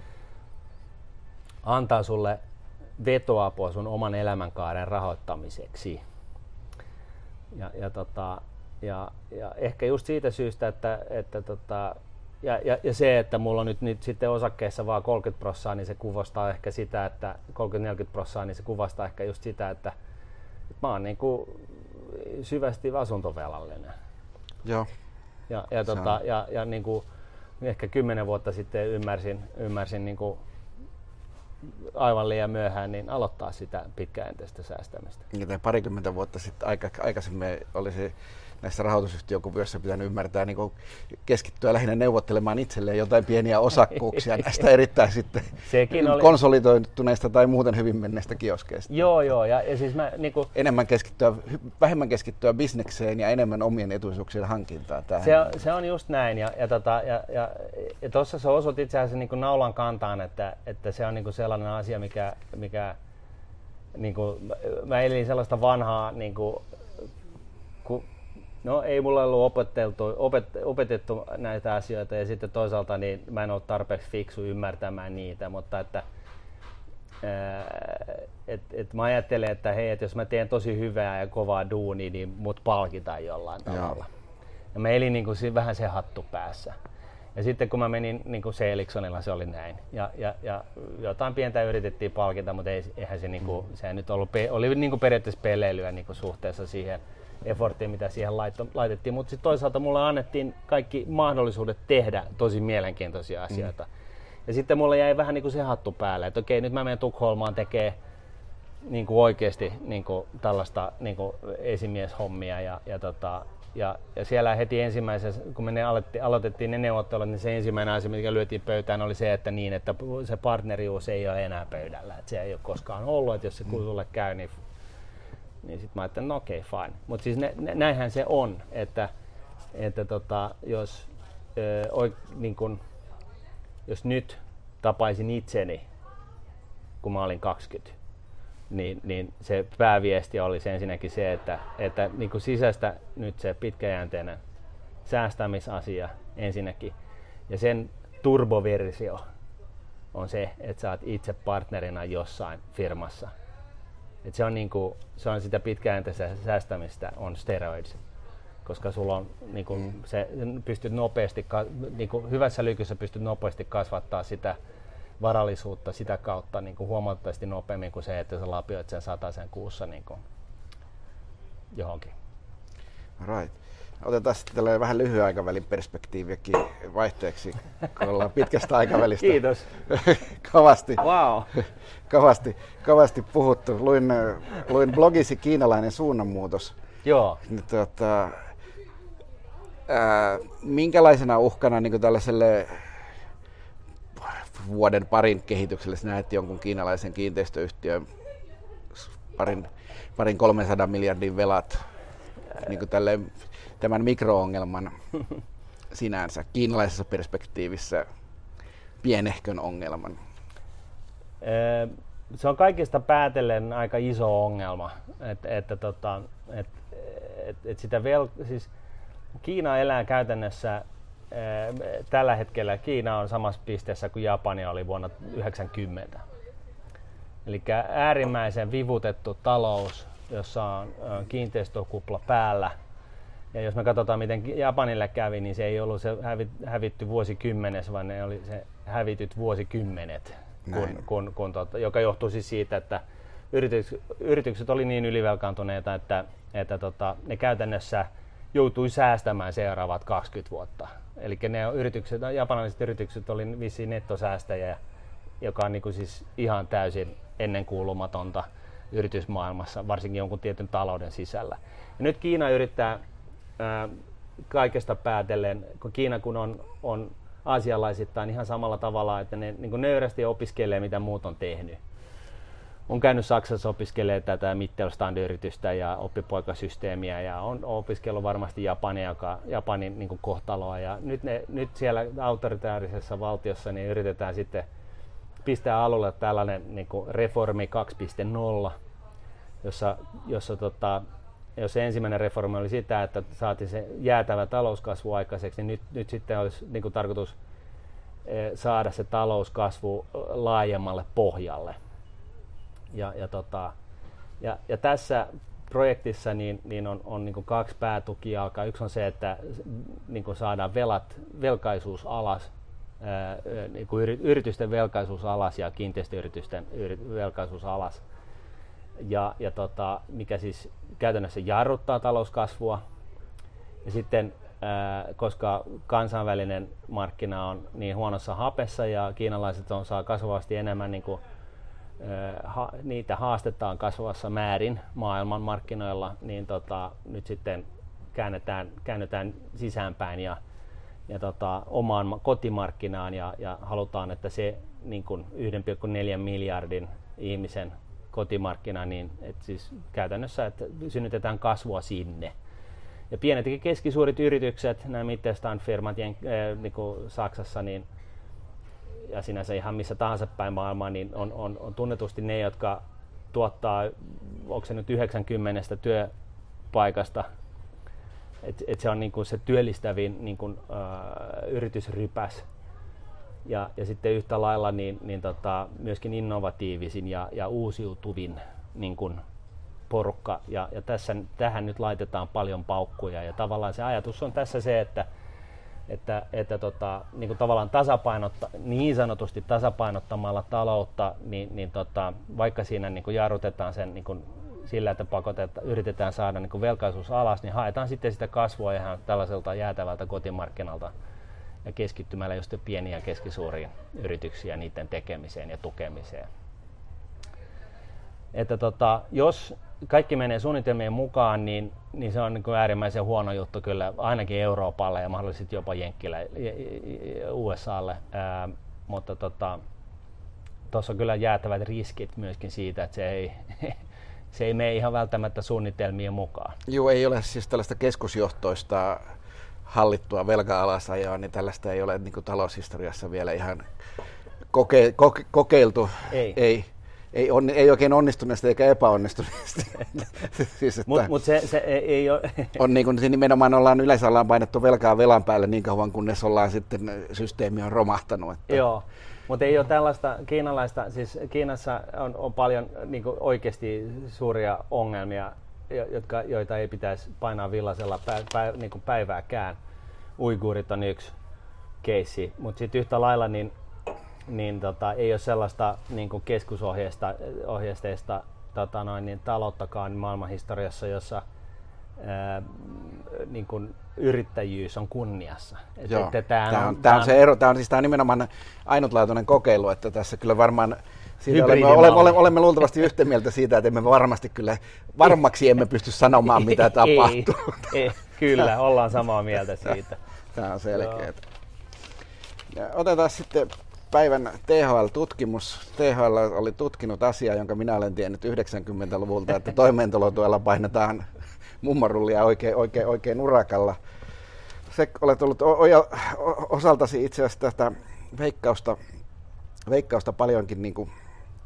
antaa sulle vetoapua sun oman elämänkaaren rahoittamiseksi. Ja, ja, tota, ja, ja ehkä just siitä syystä, että, että tota, Ja, ja, ja se, että mulla on nyt, nyt sitten osakkeessa vaan kolmekymmentä prosenttia, niin se kuvastaa ehkä sitä, että kolmekymmentä neljäkymmentä prosenttia, niin se kuvastaa ehkä just sitä, että, että mä oon niin kuin syvästi asuntovelallinen. Joo. Ja, ja, tota, ja, ja niin kuin ehkä kymmenen vuotta sitten ymmärsin, ymmärsin niin kuin aivan liian myöhään niin aloittaa sitä pitkäjänteistä säästämistä. Ja parikymmentä vuotta sitten aika, aikaisemmin olisi näissä rahoitusyhtiökuvioissa pitänyt ymmärtää niin kuin keskittyä lähinnä neuvottelemaan itselleen jotain pieniä osakkuuksia näistä erittäin sitten oli konsolidoituneista tai muuten hyvin menneistä kioskeista. Joo, joo. Ja, ja siis mä, niin kuin enemmän keskittyä, vähemmän keskittyä bisnekseen ja enemmän omien etuisuuksien hankintaan. Se on, se on just näin. Ja, ja, tota, ja, ja, ja tuossa se osut itse asiassa niin kuin naulan kantaan, että, että se on niin kuin sellainen asia, mikä, mikä niin kuin, mä elin sellaista vanhaa, niin kuin, ku, no ei mulla ollut opetettu, opet, opetettu näitä asioita, ja sitten toisaalta niin mä en ole tarpeeksi fiksu ymmärtämään niitä, mutta että et, et mä ajattelen, että hei, et jos mä teen tosi hyvää ja kovaa duunia, niin mut palkitaan jollain tavalla. Ja mä elin niin kuin vähän se hattu päässä. Ja sitten kun mä menin niin kuin Seelixonilla, se oli näin. Ja, ja, ja jotain pientä yritettiin palkita, mutta ei, eihän se, niin kuin, se nyt ollut, oli niin kuin periaatteessa peleilyä niin kuin suhteessa siihen efforttiin, mitä siihen laitto, laitettiin. Mutta sitten toisaalta mulle annettiin kaikki mahdollisuudet tehdä tosi mielenkiintoisia asioita. Mm. Ja sitten mulle jäi vähän niin kuin se hattu päälle, että okei, nyt mä menen Tukholmaan tekemään niin kuin oikeasti niin kuin tällaista niin kuin esimieshommia. Ja, ja, tota, ja, ja siellä heti ensimmäisessä, kun me ne aloitettiin, aloitettiin ne neuvottelut, niin se ensimmäinen asia, mikä lyötiin pöytään, oli se, että, niin, että se partnerius ei ole enää pöydällä. Että se ei ole koskaan ollut, että jos se mm. sulle käy, niin, niin sitten mä ajattelin, no okei, okay, fine. Mutta siis ne, ne, näinhän se on, että, että tota, jos ö, oi, niin kun, jos nyt tapaisin itseni, kun mä olin kaksikymmentä, niin, niin se pääviesti olisi ensinnäkin se, että, että niin kuin sisäistä nyt se pitkäjänteinen säästämisasia ensinnäkin. Ja sen turboversio on se, että sä oot itse partnerina jossain firmassa. Et se, on niin kuin, se on sitä pitkäjänteistä säästämistä on steroids. Koska sulla on, niin kuin, mm. se, pystyt nopeasti, niin kuin hyvässä lykyssä pystyt nopeasti kasvattaa sitä varallisuutta sitä kautta niin kuin huomattavasti nopeammin kuin se, että sä lapioit sen satasen kuussa niin kuin johonkin. Right. Otetaan sitten vähän lyhyen aikavälin perspektiiviäkin vaihteeksi, kun ollaan pitkästä aikavälistä. Kiitos. Kavasti, wow. kavasti, kavasti puhuttu. Luin, luin blogisi Kiinalainen suunnanmuutos. Joo. Tuota, ää, minkälaisena uhkana niin kuin tällaiselle vuoden parin kehitykselle sinä näet jonkun kiinalaisen kiinteistöyhtiön parin, parin kolmensadan miljardin velat niin kuin tälle, tämän mikro-ongelman sinänsä kiinalaisessa perspektiivissä pienehkön ongelman? Se on kaikista päätellen aika iso ongelma, että, että, tota, että, että, että sitä vel, siis Kiina elää käytännössä tällä hetkellä. Kiina on samassa pisteessä kuin Japani oli vuonna yhdeksänkymmentä. Eli äärimmäisen vivutettu talous, jossa on kiinteistökupla päällä. Ja jos me katsotaan, miten Japanille kävi, niin se ei ollut se hävitty vuosikymmenes, vaan ne oli se hävityt vuosikymmenet, kun, kun, kun, tota, joka johtuu siis siitä, että yritykset, yritykset oli niin ylivelkaantuneita, että, että tota, ne käytännössä joutui säästämään seuraavat kaksikymmentä vuotta. Eli ne yritykset, japanilaiset yritykset oli vissiin nettosäästäjiä, joka on niin kuin siis ihan täysin ennenkuulumatonta yritysmaailmassa, varsinkin jonkun tietyn talouden sisällä. Ja nyt Kiina yrittää ää, kaikesta päätellen, kun Kiina kun on, on aasialaisittain ihan samalla tavalla, että ne niin kuin nöyrästi opiskelee, mitä muut on tehnyt. On käynyt Saksassa opiskelee tätä Mittelstand-yritystä ja oppipoikasysteemiä ja on opiskellut varmasti Japania, joka, Japanin niin kuin kohtaloa. Ja nyt, ne, nyt siellä autoritaarisessa valtiossa niin yritetään sitten pistää alulle tällainen niin kuin reformi kaksi piste nolla, jossa, jossa tota, jos ensimmäinen reformi oli sitä, että saatiin se jäätävä talouskasvu aikaiseksi, niin nyt, nyt sitten olisi niin kuin tarkoitus eh, saada se talouskasvu laajemmalle pohjalle. Ja, ja, tota, ja, ja tässä projektissa niin, niin on, on niin kuin kaksi päätukijalkaa. Yksi on se, että niin kuin saadaan velat, velkaisuus alas, ää, niin kuin yritysten velkaisuus alas ja kiinteistöyritysten velkaisuus alas. Ja, ja tota, mikä siis käytännössä jarruttaa talouskasvua. Ja sitten, ää, koska kansainvälinen markkina on niin huonossa hapessa ja kiinalaiset on, saa kasvavasti enemmän niin kuin Ha, niitä haastetaan kasvavassa määrin maailman markkinoilla, niin tota, nyt sitten käännetään, käännetään sisäänpäin ja, ja tota, omaan kotimarkkinaan ja, ja halutaan, että se niin kuin yksi pilkku neljä miljardin ihmisen kotimarkkina, niin et siis käytännössä että synnytetään kasvua sinne. Ja pienet ja keskisuurit yritykset, nämä Mittelstand-firmat äh, niin kuin Saksassa, niin ja sinänsä ihan missä tahansa päin maailmaa, niin on, on, on tunnetusti ne, jotka tuottaa, onko se nyt yhdeksänkymmentä työpaikasta, että et se on niinku se työllistävin niinku, äh, yritysrypäs. Ja, ja sitten yhtä lailla niin, niin tota, myöskin innovatiivisin ja, ja uusiutuvin niinku, porukka. Ja, ja tässä, tähän nyt laitetaan paljon paukkuja. Ja tavallaan se ajatus on tässä se, että että, että tota, niin kuin tavallaan tasapainotta, niin sanotusti tasapainottamalla taloutta, niin, niin tota, vaikka siinä niin kuin jarrutetaan sen niin kuin sillä, että pakotetaan, yritetään saada niin kuin velkaisuus alas, niin haetaan sitten sitä kasvua ihan tällaiselta jäätävältä kotimarkkinalta ja keskittymällä just pieniin ja keskisuuriin yrityksiin ja niiden tekemiseen ja tukemiseen. Että tota, jos kaikki menee suunnitelmien mukaan, niin, niin se on niin kuin äärimmäisen huono juttu kyllä ainakin Euroopalle ja mahdollisesti jopa Jenkkille, U S A:lle. Ää, mutta tuossa tota, on kyllä jäätävät riskit myöskin siitä, että se ei, se ei mene ihan välttämättä suunnitelmien mukaan. Joo, ei ole siis tällaista keskusjohtoista hallittua velka-alasajoa, niin tällaista ei ole niin kuin taloushistoriassa vielä ihan koke, koke, kokeiltu. Ei. ei. Ei, on, ei oikein onnistuneesti eikä epäonnistuneesti. siis, Mutta mut se, se ei, ei ole. On niin kuin nimenomaan ollaan yleensä ollaan painettu velkaa velan päälle niin kauan, kunnes ollaan sitten systeemi on romahtanut. Että. Joo, mutta ei ole tällaista kiinalaista, siis Kiinassa on, on paljon niin kuin oikeasti suuria ongelmia, jotka, joita ei pitäisi painaa villaisella pä, pä, niin kuin päivääkään. Uiguurit on yksi keissi, mutta sitten yhtä lailla niin niin tota, ei ole sellaista niin kuin keskusohjeisteista tota noin, niin talouttakaan maailmanhistoriassa, jossa ää, niin kuin yrittäjyys on kunniassa. Et, Joo, että tämä on, on, tämä on se ero. Tämä on, siis tämä on nimenomaan ainutlaatuinen kokeilu, että tässä kyllä varmaan siitä olemme, hybridimalli. olemme, olemme luultavasti yhtä mieltä siitä, että emme varmasti kyllä, varmaksi emme pysty sanomaan, mitä tapahtuu. Ei, ei, kyllä, ollaan samaa mieltä siitä. Tämä on selkeää. Otetaan sitten päivän T H L-tutkimus. T H L oli tutkinut asiaa, jonka minä olen tiennyt yhdeksänkymmentäluvulta, että toimeentulotuella painetaan mummarullia oikein, oikein, oikein urakalla. Se olet ollut oja, osaltasi itse asiassa tästä veikkausta, veikkausta paljonkin niin kuin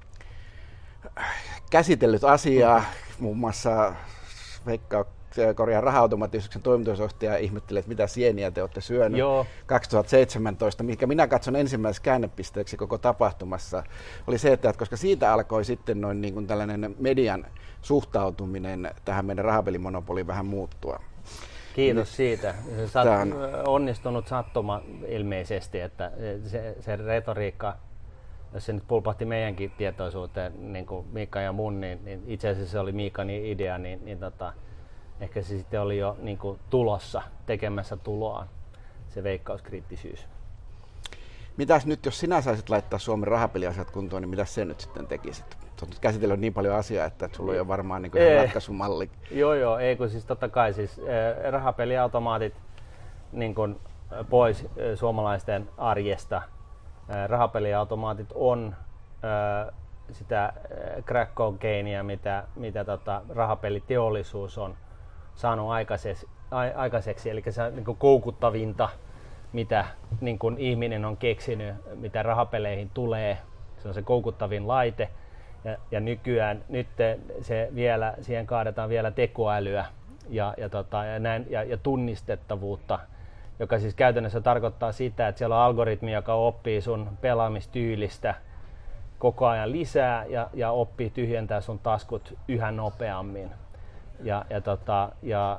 käsitellyt asiaa, muun muassa veikkaa, korjaa raha-automaattiyhdistyksen toimitusjohtaja ihmetteli, että mitä sieniä te olette syönyt. Joo. kaksituhattaseitsemäntoista, mikä minä katson ensimmäiseksi käännepisteeksi koko tapahtumassa, oli se, että koska siitä alkoi sitten noin niin kuin tällainen median suhtautuminen tähän meidän rahapelimonopoliin vähän muuttua. Kiitos siitä. Sä oot on onnistunut sattuma ilmeisesti, että se, se retoriikka, jos se nyt pulpahti meidänkin tietoisuuteen, niin kuin Miika ja mun, niin, niin itse asiassa se oli Miikan idea, niin, niin tota, ehkä se sitten oli jo niin kuin tulossa, tekemässä tuloaan, se veikkauskriittisyys. Mitäs nyt, jos sinä saisit laittaa Suomen rahapeliasiat kuntoon, niin mitä se nyt sitten tekisit? Olet nyt käsitellyt niin paljon asiaa, että sulla on jo varmaan niin kuin ratkaisumalli. Joo, joo, ei kun siis totta kai siis eh, rahapeliautomaatit niin kuin pois eh, suomalaisten arjesta. Eh, rahapeliautomaatit on eh, sitä eh, crack cocaineä, mitä, mitä tota, rahapeliteollisuus on saanut aikaiseksi, a, aikaiseksi. Eli se on niin kuin koukuttavinta, mitä niin kuin ihminen on keksinyt, mitä rahapeleihin tulee. Se on se koukuttavin laite. Ja, ja nykyään nyt se vielä, siihen kaadetaan vielä tekoälyä ja, ja, tota, ja, näin, ja, ja tunnistettavuutta, joka siis käytännössä tarkoittaa sitä, että siellä on algoritmi, joka oppii sun pelaamistyylistä koko ajan lisää ja, ja oppii tyhjentää sun taskut yhä nopeammin. Ja, ja, tota, ja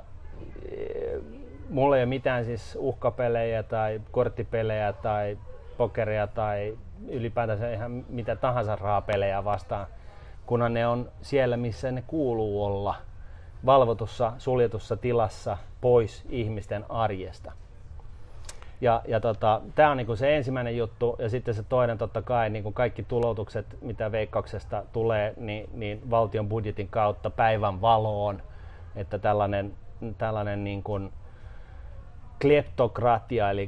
mulla ei ole mitään siis uhkapelejä tai korttipelejä tai pokeria tai ylipäätänsä ihan mitä tahansa rahapelejä vastaan, kunhan ne on siellä, missä ne kuuluu olla, valvotussa, suljetussa tilassa, pois ihmisten arjesta. Ja, ja tota, tämä on niinku se ensimmäinen juttu, ja sitten se toinen totta kai, niinku kaikki tuloutukset, mitä Veikkauksesta tulee, niin, niin valtion budjetin kautta päivän valoon, että tällainen, tällainen niinku kleptokratia, eli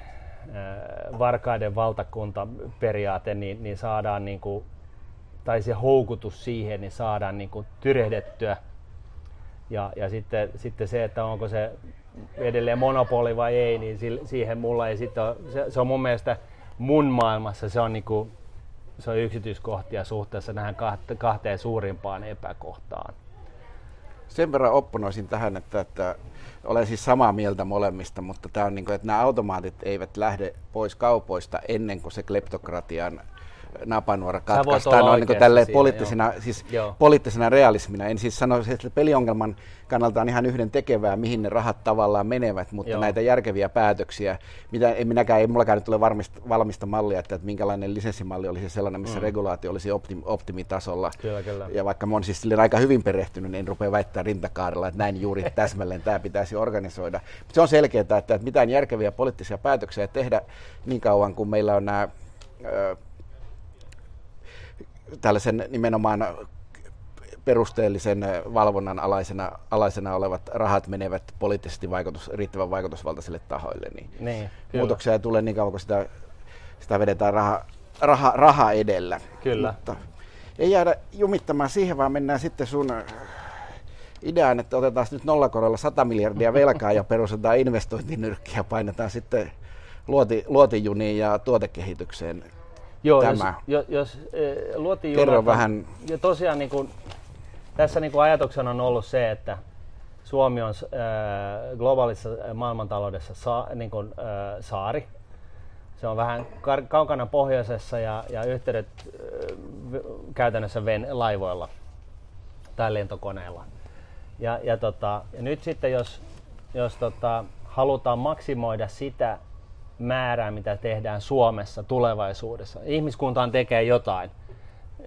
varkaiden valtakuntaperiaate, niin, niin saadaan niinku, tai se houkutus siihen, niin saadaan niinku tyrehdettyä. Ja, ja sitten, sitten se, että onko se edelleen monopoli vai ei, niin siihen mulla ei sitten ole, se, se on mun mielestä mun maailmassa se on, niinku, se on yksityiskohtia suhteessa näihin kahteen suurimpaan epäkohtaan. Sen verran opponoisin tähän, että, että olen siis samaa mieltä molemmista, mutta tämä on niin kuin, että nämä automaatit eivät lähde pois kaupoista ennen kuin se kleptokratian napanuora katkaistaan on niin tälleen poliittisena, siis poliittisena realismina. En siis sano, että peliongelman kannalta on ihan yhden tekevää, mihin ne rahat tavallaan menevät, mutta joo, näitä järkeviä päätöksiä, mitä en minäkään, ei mullakaan nyt ole varmista, valmista mallia, että, että minkälainen lisenssimalli olisi sellainen, missä mm. regulaatio olisi optim, optimitasolla. Kyllä, kyllä. Ja vaikka mä olen siis aika hyvin perehtynyt, niin en rupea väittämään rintakaarella, että näin juuri täsmälleen tämä pitäisi organisoida. Mutta se on selkeää, että, että mitään järkeviä poliittisia päätöksiä tehdä niin kauan, kun meillä on nämä ö, tällaisen nimenomaan perusteellisen valvonnan alaisena, alaisena olevat rahat menevät poliittisesti vaikutus, riittävän vaikutusvaltaisille tahoille. Niin niin, muutoksia ei tule niin kauan, kun sitä, sitä vedetään raha, raha, raha edellä. Kyllä. Mutta ei jäädä jumittamaan siihen, vaan mennään sitten sun ideaan, että otetaan nyt nollakorolla sata miljardia velkaa ja perustetaan investointinyrkkiä ja painetaan sitten luoti, luotijuniin ja tuotekehitykseen. Joo, tämä. jos, jos eh, luotijunat, vähän. Ja tosiaan niin kuin, tässä niin kuin ajatuksena on ollut se, että Suomi on äh, globaalissa maailmantaloudessa sa, niin kuin, äh, saari. Se on vähän kar- kaukana pohjoisessa ja, ja yhteydet äh, käytännössä ven, laivoilla tai lentokoneilla. Ja, ja, tota, ja nyt sitten jos, jos tota, halutaan maksimoida sitä määrää, mitä tehdään Suomessa tulevaisuudessa. Ihmiskuntaan tekee jotain,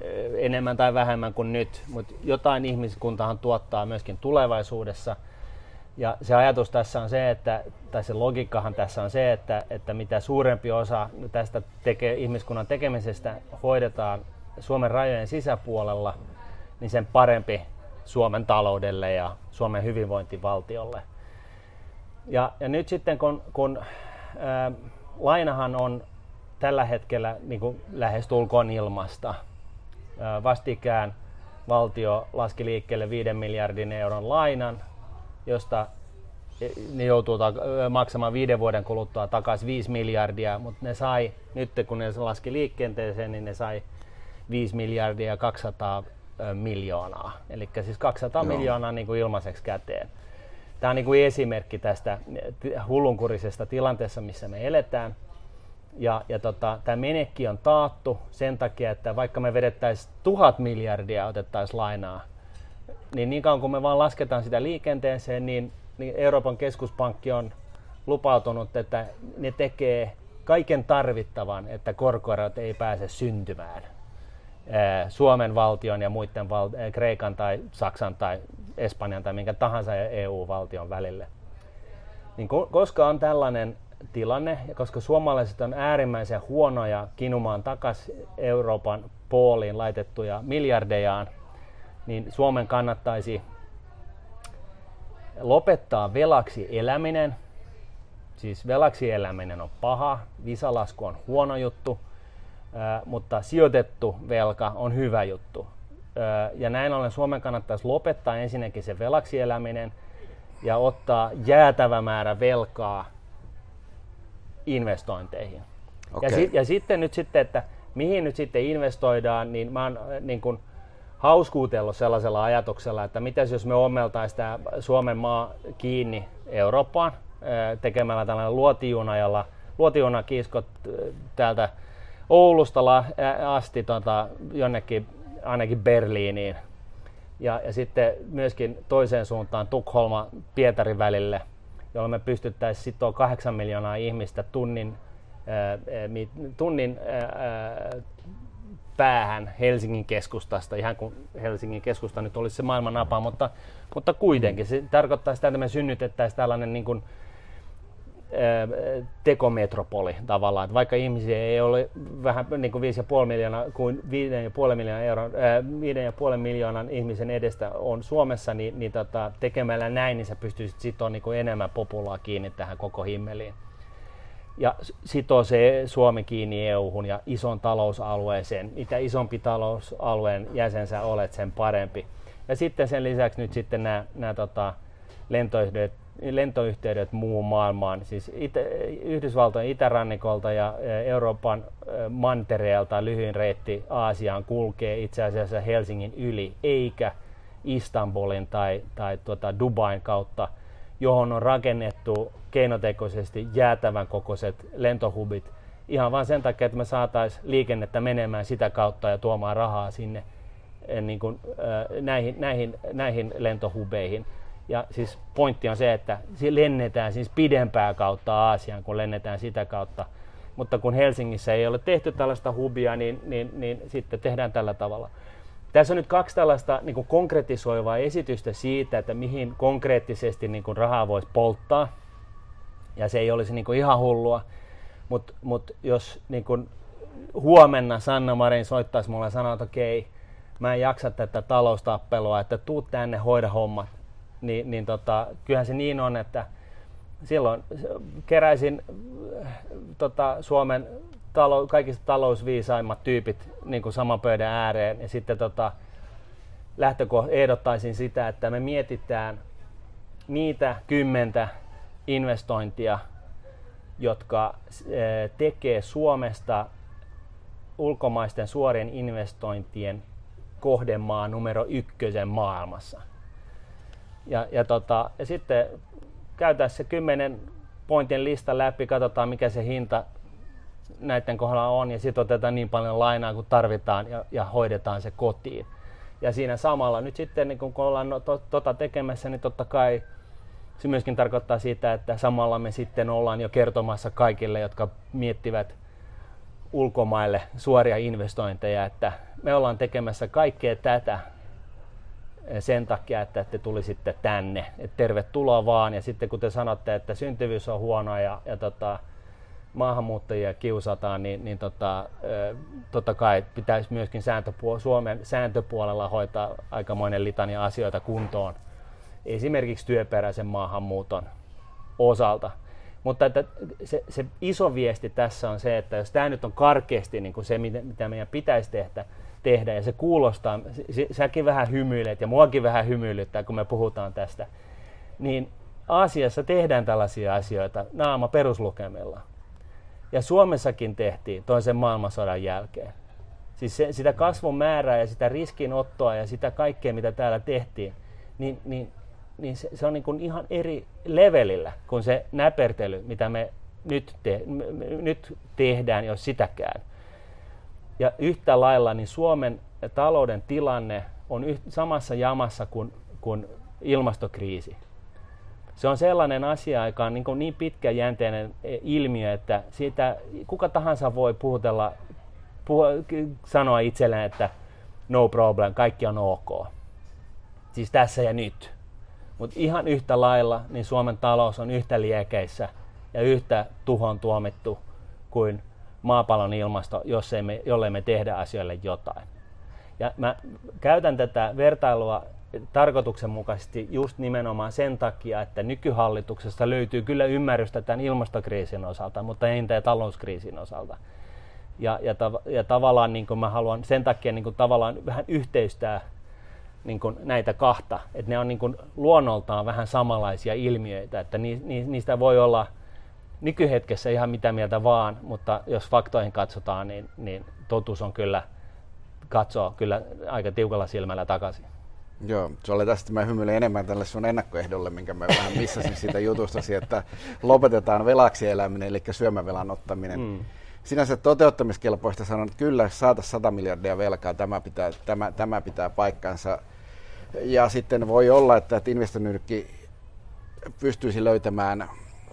enemmän tai vähemmän kuin nyt, mutta jotain ihmiskuntahan tuottaa myöskin tulevaisuudessa. Ja se ajatus tässä on se, että, tai se logiikkahan tässä on se, että, että mitä suurempi osa tästä teke, ihmiskunnan tekemisestä hoidetaan Suomen rajojen sisäpuolella, niin sen parempi Suomen taloudelle ja Suomen hyvinvointivaltiolle. Ja, ja nyt sitten kun, kun ää, lainahan on tällä hetkellä niin kuin lähestulkoon ilmasta. Ää, vastikään valtio laski liikkeelle viiden miljardin euron lainan, josta ne joutuu ta- maksamaan viiden vuoden kuluttua takaisin viisi miljardia, mutta ne sai, nyt kun ne laski liikenteeseen, niin ne sai viisi miljardia ja kaksisataa miljoonaa. Eli siis kaksisataa Joo. miljoonaa niin kuin ilmaiseksi käteen. Tämä on niin kuin esimerkki tästä hullunkurisesta tilanteessa, missä me eletään. Ja, ja tota, tämä menekki on taattu sen takia, että vaikka me vedettäisiin tuhat miljardia otettaisiin lainaa, niin niin kauan kun me vaan lasketaan sitä liikenteeseen, niin, niin Euroopan keskuspankki on lupautunut, että ne tekee kaiken tarvittavan, että korkoerot ei pääse syntymään Suomen valtion ja muiden val- Kreikan tai Saksan tai Espanjan tai minkä tahansa E U-valtion välille. Niin ko- koska on tällainen tilanne, ja koska suomalaiset on äärimmäisen huonoja kinumaan takaisin Euroopan pooliin laitettuja miljardejaan, niin Suomen kannattaisi lopettaa velaksi eläminen. Siis velaksi eläminen on paha, visalasku on huono juttu, ää, mutta sijoitettu velka on hyvä juttu. Ää, ja näin ollen Suomen kannattaisi lopettaa ensinnäkin se velaksi eläminen ja ottaa jäätävä määrä velkaa investointeihin. Okay. Ja, si- ja sitten nyt sitten, että mihin nyt sitten investoidaan, niin mä oon niin kun hauskuutellut sellaisella ajatuksella, että mitäs jos me ommeltaisiin tämä Suomen maa kiinni Eurooppaan tekemällä tällainen luotijuna, jolla luotijunakiskot täältä Oulusta asti tota, jonnekin ainakin Berliiniin ja, ja sitten myöskin toiseen suuntaan Tukholma Pietarin välille, jolloin me pystyttäisiin sitoa kahdeksan miljoonaa ihmistä tunnin, ää, tunnin ää, päähän Helsingin keskustasta, ihan kuin Helsingin keskusta nyt olisi se maailman napa, mutta, mutta kuitenkin se tarkoittaa sitä, että me synnytettäisiin tällainen niin kuin, ää, tekometropoli tavallaan, että vaikka ihmisiä ei ole vähän niin kuin viisi pilkku viisi miljoonaa kuin viisi pilkku viisi miljoonaa euron, viisi pilkku viisi miljoonan ihmisen edestä on Suomessa, niin, niin tota, tekemällä näin, niin sä pystyisit sitoa niin kuin enemmän populaa kiinni tähän koko himmeliin. Ja sitoo se Suomi kiinni E U-hun ja ison talousalueeseen. Mitä isompi talousalueen jäsen sä olet, sen parempi. Ja sitten sen lisäksi nyt sitten nämä, nämä tota, lentoyhteydet, lentoyhteydet muuhun maailmaan, siis itä, Yhdysvaltojen itärannikolta ja Euroopan mantereelta lyhyin reitti Aasiaan kulkee itse asiassa Helsingin yli, eikä Istanbulin tai, tai tuota Dubain kautta, johon on rakennettu keinotekoisesti jäätävän kokoiset lentohubit ihan vain sen takia, että me saataisiin liikennettä menemään sitä kautta ja tuomaan rahaa sinne niin kuin, äh, näihin, näihin, näihin lentohubeihin. Ja siis pointti on se, että lennetään siis pidempää kautta Aasiaan, kun lennetään sitä kautta. Mutta kun Helsingissä ei ole tehty tällaista hubia, niin, niin, niin sitten tehdään tällä tavalla. Tässä on nyt kaksi tällaista niin kuin konkretisoivaa esitystä siitä, että mihin konkreettisesti niin kuin rahaa voisi polttaa. Ja se ei olisi niin kuin ihan hullua. Mutta mut jos niin kuin huomenna Sanna Marin soittaisi mulle ja sanoo, että okei, mä en jaksa tätä taloustappelua, että tuu tänne, hoida hommat. Niin, niin tota, kyllähän se niin on, että silloin keräisin tota, Suomen talo, kaikista talousviisaimmat tyypit niin kuin saman pöydän ääreen ja sitten tota, lähtökoh- ehdottaisin sitä, että me mietitään niitä kymmentä investointia, jotka e, tekee Suomesta ulkomaisten suorien investointien kohdemaa numero ykkösen maailmassa. Ja, ja, tota, ja sitten käytetään se kymmenen pointin lista läpi, katsotaan mikä se hinta näiden kohdalla on ja sitten otetaan niin paljon lainaa kuin tarvitaan ja, ja hoidetaan se kotiin. Ja siinä samalla nyt sitten niin kun ollaan no, to, tota tekemässä, niin totta kai se myöskin tarkoittaa sitä, että samalla me sitten ollaan jo kertomassa kaikille, jotka miettivät ulkomaille suoria investointeja, että me ollaan tekemässä kaikkea tätä sen takia, että te tulisitte tänne. Et tervetuloa vaan. Ja sitten kun te sanotte, että syntyvyys on huono ja, ja tota, maahanmuuttajia kiusataan, niin, niin tota, totta kai pitäisi myöskin sääntöpuol- Suomen sääntöpuolella hoitaa aikamoinen litania asioita kuntoon. Esimerkiksi työperäisen maahanmuuton osalta. Mutta että se, se iso viesti tässä on se, että jos tämä nyt on karkeasti niin kuin se, mitä meidän pitäisi tehdä, tehdä ja se kuulostaa, säkin vähän hymyilet ja muakin vähän hymyilyttää, kun me puhutaan tästä, niin Aasiassa tehdään tällaisia asioita naama peruslukemilla. Ja Suomessakin tehtiin toisen maailmansodan jälkeen. Siis se, sitä kasvun määrää ja sitä riskinottoa ja sitä kaikkea, mitä täällä tehtiin, niin, niin, niin se, se on niin kuin ihan eri levelillä kuin se näpertely, mitä me nyt, te, me, me nyt tehdään, jos sitäkään. Ja yhtä lailla niin Suomen talouden tilanne on yht, samassa jamassa kuin, kuin ilmastokriisi. Se on sellainen asia, joka on niin, niin pitkäjänteinen ilmiö, että siitä kuka tahansa voi puhutella, puh, sanoa itselleen, että no problem, kaikki on ok. Siis tässä ja nyt. Mutta ihan yhtä lailla niin Suomen talous on yhtä liekeissä ja yhtä tuhon tuomittu kuin maapallon ilmasto, jos ei me, jollei me tehdä asioille jotain. Ja mä käytän tätä vertailua tarkoituksenmukaisesti just nimenomaan sen takia, että nykyhallituksesta löytyy kyllä ymmärrystä tämän ilmastokriisin osalta, mutta ei tämän talouskriisin osalta. Ja, ja, tav- ja tavallaan niin kuin mä haluan sen takia niin kuin tavallaan vähän yhteystää niin kuin näitä kahta, että ne on niin kuin luonnoltaan vähän samanlaisia ilmiöitä, että ni, ni, niistä voi olla nykyhetkessä ihan mitä mieltä vaan, mutta jos faktoihin katsotaan, niin, niin totuus on kyllä, katsoo kyllä aika tiukalla silmällä takaisin. Joo, se oli tästä, mä hymyilen enemmän tälle sun ennakkoehdolle, minkä mä vähän missasin siitä jutustasi, että lopetetaan velaksi eläminen, eli syömävelan ottaminen. Mm. Sinänsä toteuttamiskelpoista sanon, että kyllä saataisiin sata miljardia velkaa, tämä pitää, tämä, tämä pitää paikkansa. Ja sitten voi olla, että, että investointinyrkki pystyisi löytämään,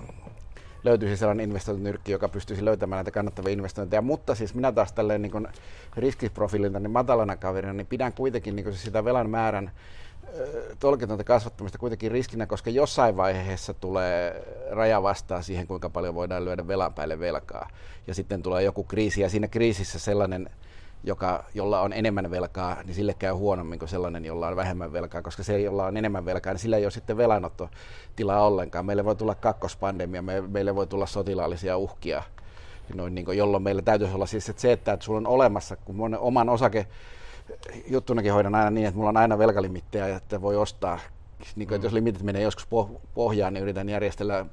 löytyisi sellainen investointinyrkki, joka pystyisi löytämään näitä kannattavia investointeja, mutta siis minä taas tälleen niin riskiprofiililta niin matalana kaverina, niin pidän kuitenkin niin sitä velan määrän tolkitonta kasvattamista kuitenkin riskinä, koska jossain vaiheessa tulee raja vastaan siihen, kuinka paljon voidaan lyödä velan päälle velkaa. Ja sitten tulee joku kriisi, ja siinä kriisissä sellainen, joka, jolla on enemmän velkaa, niin sille käy huonommin kuin sellainen, jolla on vähemmän velkaa, koska se, jolla on enemmän velkaa, niin sillä ei ole sitten velanottotilaa ollenkaan. Meille voi tulla kakkospandemia, me, meille voi tulla sotilaallisia uhkia, noin, niin kuin, jolloin meillä täytyisi olla siis että se, että, että sulla on olemassa, kun monen, oman osake juttunakin hoidan aina niin, että mulla on aina velkalimittejä, että voi ostaa, niin kuin, että jos limitit menee joskus pohjaan, niin yritän järjestellä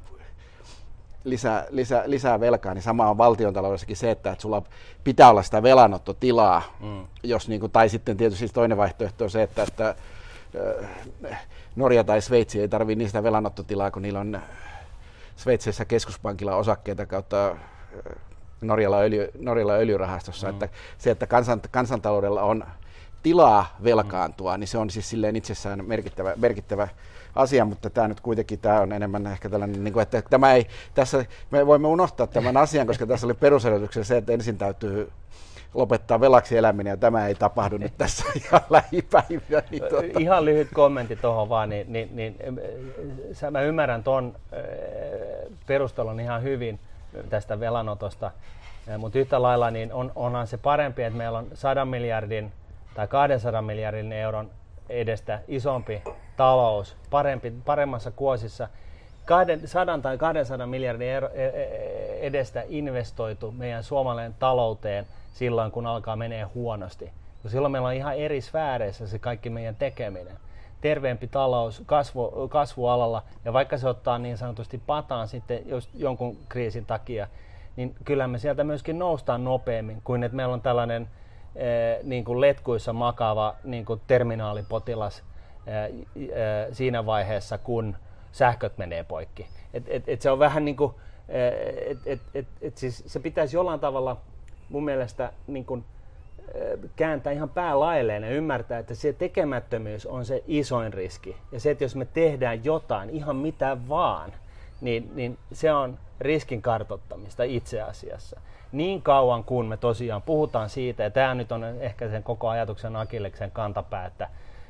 lisää, lisää, lisää velkaa, niin sama on valtiontaloudessakin se, että, että sulla pitää olla sitä velanottotilaa, mm. jos, niin kuin, tai sitten tietysti siis toinen vaihtoehto on se, että, että äh, Norja tai Sveitsi ei tarvitse niistä velanottotilaa, kun niillä on Sveitsissä keskuspankilla osakkeita kautta äh, Norjalla, öljy, Norjalla öljyrahastossa, mm. että se, että kansan, kansantaloudella on tilaa velkaantua, mm. niin se on siis silleen itsessään merkittävä, merkittävä asia, mutta tämä nyt kuitenkin tämä on enemmän ehkä tällainen, niin kuin, että tämä ei, tässä me voimme unohtaa tämän asian, koska tässä oli perusedellytyksen se, että ensin täytyy lopettaa velaksi eläminen, ja tämä ei tapahdu nyt tässä ihan lähipäivinä. Niin tuota. Ihan lyhyt kommentti tuohon vaan, niin, niin, niin mä ymmärrän tuon perustelun ihan hyvin tästä velanotosta, mutta yhtä lailla niin on, onhan se parempi, että meillä on sadan miljardin tai kahdensadan miljardin euron edestä isompi talous, parempi, paremmassa kuosissa, sadan tai kahdensadan miljardin euro, edestä investoitu meidän suomalainen talouteen silloin, kun alkaa menee huonosti. Silloin meillä on ihan eri sfääreissä se kaikki meidän tekeminen. Terveempi talous kasvu, kasvualalla, ja vaikka se ottaa niin sanotusti pataan sitten jos jonkun kriisin takia, niin kyllä me sieltä myöskin noustaan nopeammin kuin että meillä on tällainen eh, niin kuin letkuissa makaava niin kuin terminaalipotilas eh, eh, siinä vaiheessa, kun sähköt menee poikki. Et, et, et se on vähän niin kuin, eh, et, et, et, et siis se pitäisi jollain tavalla mun mielestä niin kuin kääntää ihan päälailleen ja ymmärtää, että se tekemättömyys on se isoin riski. Ja se, että jos me tehdään jotain, ihan mitä vaan, niin, niin se on riskin kartoittamista itse asiassa. Niin kauan kun me tosiaan puhutaan siitä, ja tämä nyt on ehkä sen koko ajatuksen akilleksen kantapää, että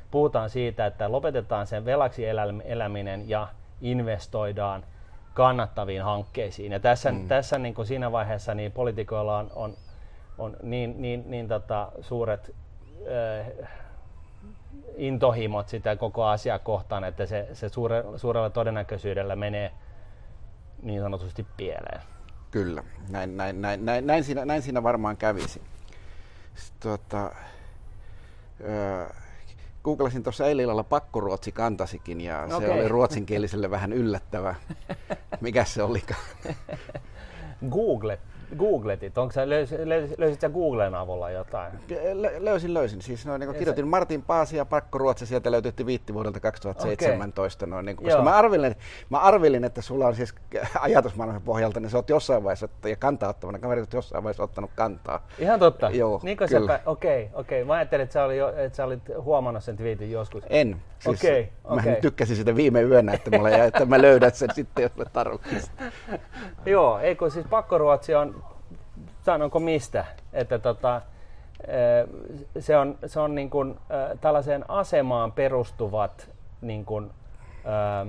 puhutaan siitä, että lopetetaan sen velaksi eläminen ja investoidaan kannattaviin hankkeisiin. Ja tässä, mm. tässä niin kuin siinä vaiheessa niin poliitikoilla on, on, on niin, niin, niin tota, suuret äh, intohimot sitä koko asiaa kohtaan, että se, se suure, suurella todennäköisyydellä menee niin sanotusti pieleen. Kyllä, näin, näin, näin, näin, näin, siinä, näin siinä varmaan kävisi. Tuota, öö, googlasin tuossa eilen illalla pakkoruotsi kantasikin ja okay. Se oli ruotsinkieliselle vähän yllättävä. Mikäs se olikaan? Google. Googletit. Onko sä, löysit, löysit sä Googlen avulla jotain? Lö, löysin, löysin. Siis noin, niin kirjoitin sä... Martin Paasi ja pakkoruotsi, sieltä löytytti viitti vuodelta kaksituhattaseitsemäntoista. Okay. Noin, niin, koska mä arvelin, mä arvelin, että sulla on siis ajatusmaailman pohjalta, niin sä oot jossain vaiheessa, ja kantaa ottavana kaverit oot jossain vaiheessa ottanut kantaa. Ihan totta? Joo, niin kyllä. Okei, okei. Okay, okay. Mä ajattelin, että sä, oli jo, että sä olit huomannut sen twiitin joskus. En. Siis okay, mä okay. tykkäsin sitä viime yönä, että, mulla, ja, että mä löydän sen sitten, jos mä tarvitsen. Joo, eikö siis pakkoruotsi on, sanonko mistä, että tota, se on, se on niin kuin, tällaiseen asemaan perustuvat niin kuin, ä,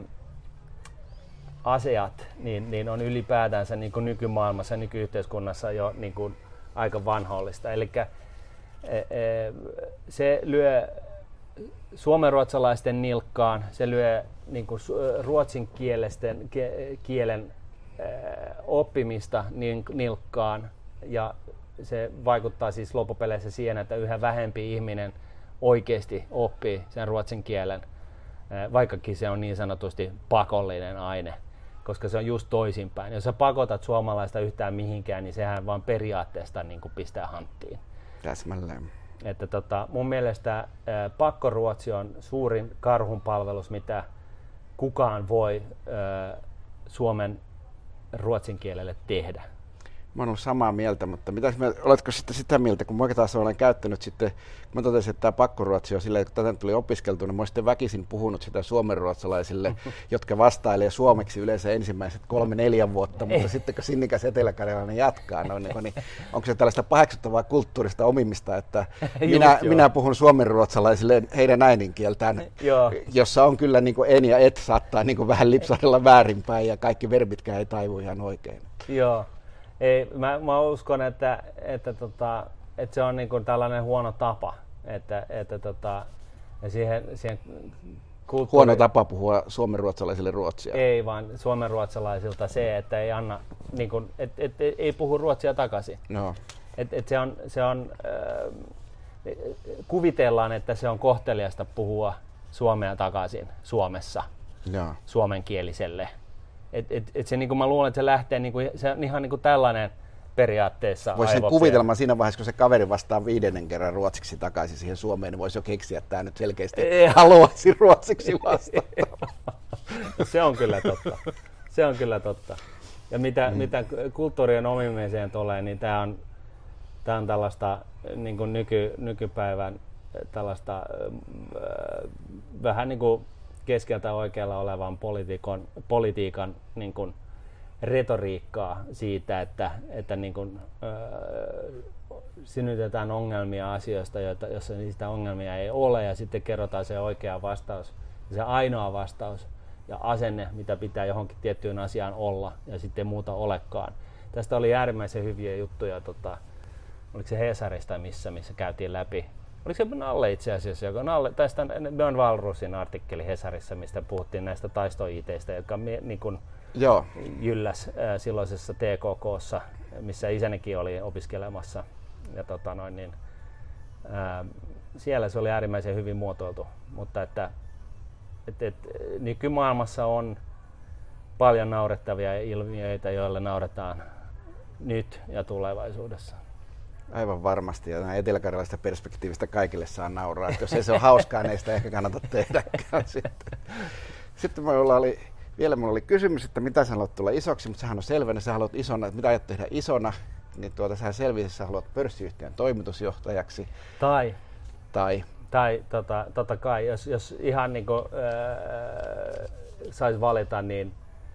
asiat, niin, niin on ylipäätänsä niin kuin nykymaailmassa ja nykyyhteiskunnassa jo niin kuin aika vanhollista. Eli se lyö suomenruotsalaisten nilkkaan, se lyö niin kuin ruotsinkielisten kielen oppimista nilkkaan ja se vaikuttaa siis loppupeleissä siihen, että yhä vähempi ihminen oikeasti oppii sen ruotsin kielen, vaikkakin se on niin sanotusti pakollinen aine, koska se on just toisinpäin. Jos sä pakotat suomalaista yhtään mihinkään, niin sehän vaan periaatteesta niin kuin pistää hanttiin. Täsmälleen. Että tota, mun mielestä ä, pakkoruotsi on suurin karhunpalvelus, mitä kukaan voi ä, Suomen ruotsin kielelle tehdä. Mä oon ollut samaa mieltä, mutta mitäs mä, oletko sitten sitä mieltä, kun mä taas olen käyttänyt sitten, kun mä totesin, että tämä pakkoruotsi on silleen, kun tätä tuli opiskeltua, niin mä oon sitten väkisin puhunut sitä suomenruotsalaisille, jotka vastailee suomeksi yleensä ensimmäiset kolme, neljä vuotta, mutta Ei. sitten kun sinnikäs eteläkarjalainen jatkaa, no, niin, niin onko se tällaista paheksuttavaa kulttuurista omimista, että minä, minä puhun suomenruotsalaisille heidän äidinkieltään, jossa on kyllä niin kuin en ja et saattaa niin kuin vähän lipsahdella väärinpäin ja kaikki verbitkään ei taivu ihan oikein. Joo. Ei, mä, mä uskon, että, että, tota, että se on niin kuin tällainen huono tapa. Että, että, tota, ja siihen, siihen kulttuuri... Huono tapa puhua suomenruotsalaisille ruotsia. Ei, vaan suomenruotsalaisilta se, että ei, anna, niin kuin, et, et, et, ei puhu ruotsia takaisin. No. Et, et se on, se on, äh, kuvitellaan, että se on kohteliasta puhua suomea takaisin Suomessa no. suomenkieliselle. Et, et, et se, niin kuin mä luulen, että se lähtee, niin kuin, se on ihan niin kuin tällainen periaatteessa. Voisi sen kuvitelman siinä vaiheessa, kun se kaveri vastaa viidennen kerran ruotsiksi takaisin siihen Suomeen, niin voisi jo keksiä, että tämä nyt selkeästi haluaisi ruotsiksi vastata. Se on kyllä totta. Se on kyllä totta. Ja mitä, mm. mitä kulttuurien omimiseen tulee, niin tämä on, tää on tällaista niin kuin nyky, nykypäivän tällaista äh, vähän niin kuin keskeltä oikealla olevan politiikan, politiikan niin kuin retoriikkaa siitä, että, että niin kuin, öö, synnytetään ongelmia asioista, joita, joissa niistä ongelmia ei ole, ja sitten kerrotaan se oikea vastaus, se ainoa vastaus ja asenne, mitä pitää johonkin tiettyyn asiaan olla, ja sitten muuta olekaan. Tästä oli äärimmäisen hyviä juttuja, tota, oliko se Hesarista missä, missä käytiin läpi. Oliko se Nalle itse asiassa, joka Nalle, tästä Björn Wahlroosin artikkeli Hesarissa, mistä puhuttiin näistä taisto-I T:stä, jotka niin kuin Joo. jylläs äh, silloisessa T K K:ssa, missä isänikin oli opiskelemassa. Ja, tota noin, niin, äh, siellä se oli äärimmäisen hyvin muotoiltu, mutta että et, et, nykymaailmassa on paljon naurettavia ilmiöitä, joille nauretaan nyt ja tulevaisuudessa. Aivan varmasti, ja eteläkarjalaisesta perspektiivistä kaikille saa nauraa. Että jos ei se ole hauskaa, niin ei sitä ehkä kannata tehdäkään. Sitten, sitten minulla oli, vielä minulla oli kysymys, että mitä sä haluat tulla isoksi, mutta sähän on selvänä, sä haluat isona, että mitä aiot tehdä isona, niin tuota, sähän selvisi, että sä haluat pörssiyhtiön toimitusjohtajaksi. Tai, tai, tai tota, totta kai, jos, jos ihan niin kuin äh, sais valita, niin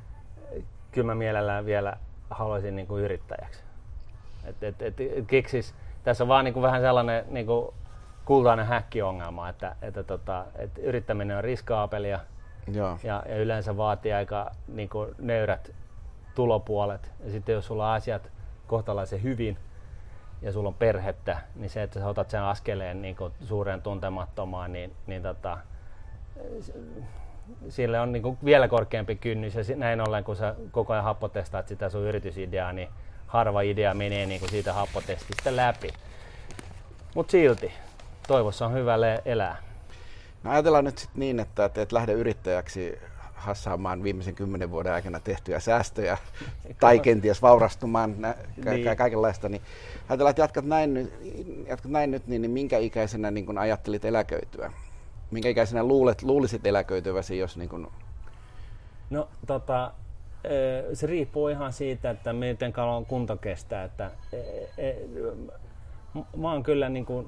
kyllä mä mielellään vielä haluaisin niin kuin yrittäjäksi. Et, et, et, keksis. Tässä on vaan niinku vähän sellainen niinku kultainen häkkiongelma, että, että, tota, että yrittäminen on riskaapelia ja, ja yleensä vaatii aika niin kuin nöyrät tulopuolet. Ja sitten jos sulla on asiat kohtalaisen hyvin ja sulla on perhettä, niin se, että sä otat sen askeleen niin kuin suureen tuntemattomaan, niin, niin tota, sille on niin kuin vielä korkeampi kynnys. Ja näin ollen, kun sä koko ajan happotestaat sitä sun yritysideaa, niin harva idea menee niin kuin siitä happotestistä läpi. Mutta silti, toivossa on hyvä elää. No ajatellaan nyt sit niin, että et lähde yrittäjäksi hassaamaan viimeisen kymmenen vuoden aikana tehtyjä säästöjä tai kenties vaurastumaan nä- ka- niin. kaikenlaista. Niin ajatellaan, että jatkat näin, jatkat näin nyt, niin, niin minkä ikäisenä niin kun ajattelit eläköityä? Minkä ikäisenä luulet, luulisit eläköityväsi, jos niin kun... No tota, se riippuu ihan siitä, että miten kauan kunto kestää. Että, mä oon kyllä niin kuin,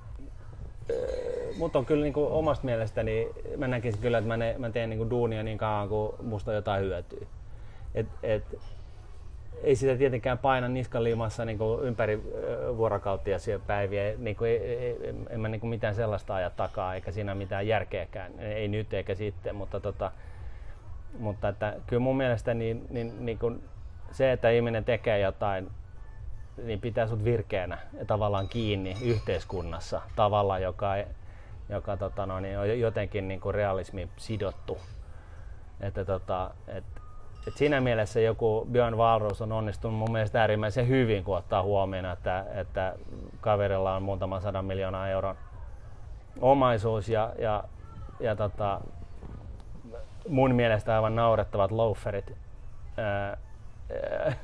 mut on kyllä niin kuin omasta mielestäni, mä näkisin kyllä, että mä, ne, mä teen niin kuin duunia niin kauan kuin musta on jotain hyötyä. Et, et, ei sitä tietenkään paina niskanliimassa niin kuin ympäri vuorokauttia päiviä, niin kuin, ei, ei, en mä niin kuin mitään sellaista aja takaa, eikä siinä mitään järkeäkään, ei nyt eikä sitten, mutta, tota, mutta että, kyllä mun mielestä niin, niin, niin kuin se, että ihminen tekee jotain, niin pitää sut virkeänä ja tavallaan kiinni yhteiskunnassa tavalla, joka, joka tota, no, niin on jotenkin niin kuin realismiin sidottu. Että, tota, et, et siinä mielessä joku Björn Wahlroos on onnistunut mun mielestä äärimmäisen hyvin, kun ottaa huomioon, että, että kaverilla on muutaman sadan miljoonaa euron omaisuus ja, ja, ja tota, mun mielestä aivan naurettavat loaferit. Ää, ää,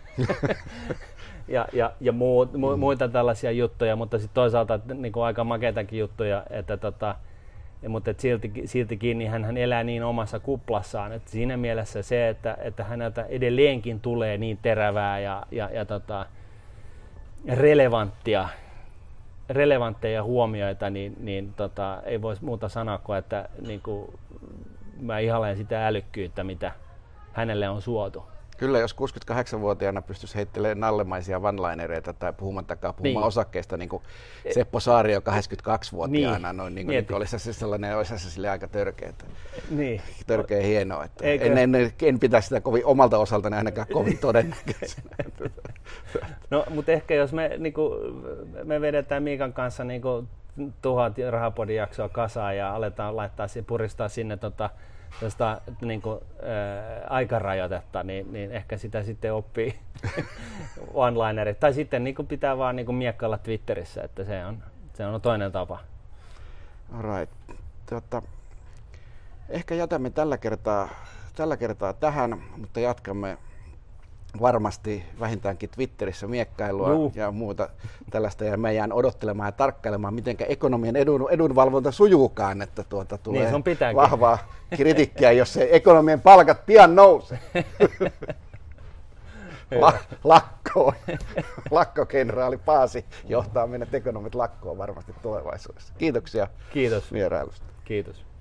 ja, ja, ja muu, mu, muita tällaisia juttuja, mutta sitten toisaalta niin kuin aika makeitakin juttuja, että tota, mutta et silti, siltikin niin hän, hän elää niin omassa kuplassaan, että siinä mielessä se, että, että häneltä edelleenkin tulee niin terävää ja, ja, ja tota, relevanttia, relevantteja huomioita, niin, niin tota, ei voisi muuta sanoa kuin, että niin kuin, mä ihailen sitä älykkyyttä, mitä hänelle on suotu. Kyllä, jos kuusikymmentäkahdeksanvuotiaana pystyisi heittelemään nallemaisia one-linereita tai puhumattakaan puhumaan niin osakkeista, niin kuin Seppo Saario kahdeksankymmentäkaksivuotiaana, niin, noin, niin kuin, niin olisi se sellainen, olisi se sille aika törkeä, niin. törkeä hienoa. Että en, en, en pitäisi sitä kovin omalta osaltani ainakaan kovin todennäköisenä. No, mutta ehkä jos me, niin kuin, me vedetään Miikan kanssa niin kuin tuhat Rahapodin jaksoa kasaan ja aletaan laittaa, puristaa sinne tota, josta niin kuin, ää, aikarajoitetta, niin, niin ehkä sitä sitten oppii one-linerit. Tai sitten niin kuin pitää vaan niin kuin miekkailla Twitterissä, että se on, se on toinen tapa. Alright. Tota, ehkä jätämme tällä kertaa, tällä kertaa tähän, mutta jatkamme varmasti vähintäänkin Twitterissä miekkailua Juh. ja muuta tällaista, ja me jään odottelemaan ja tarkkailemaan, miten ekonomian edun, edunvalvonta sujuukaan, että tuota tulee niin, vahvaa kritiikkiä, jos se ekonomien palkat pian nousee. La, lakkoon. Lakkokenraali Paasi johtaa meidät ekonomit lakkoon varmasti tulevaisuudessa. Kiitoksia Kiitos. vierailusta. Kiitos.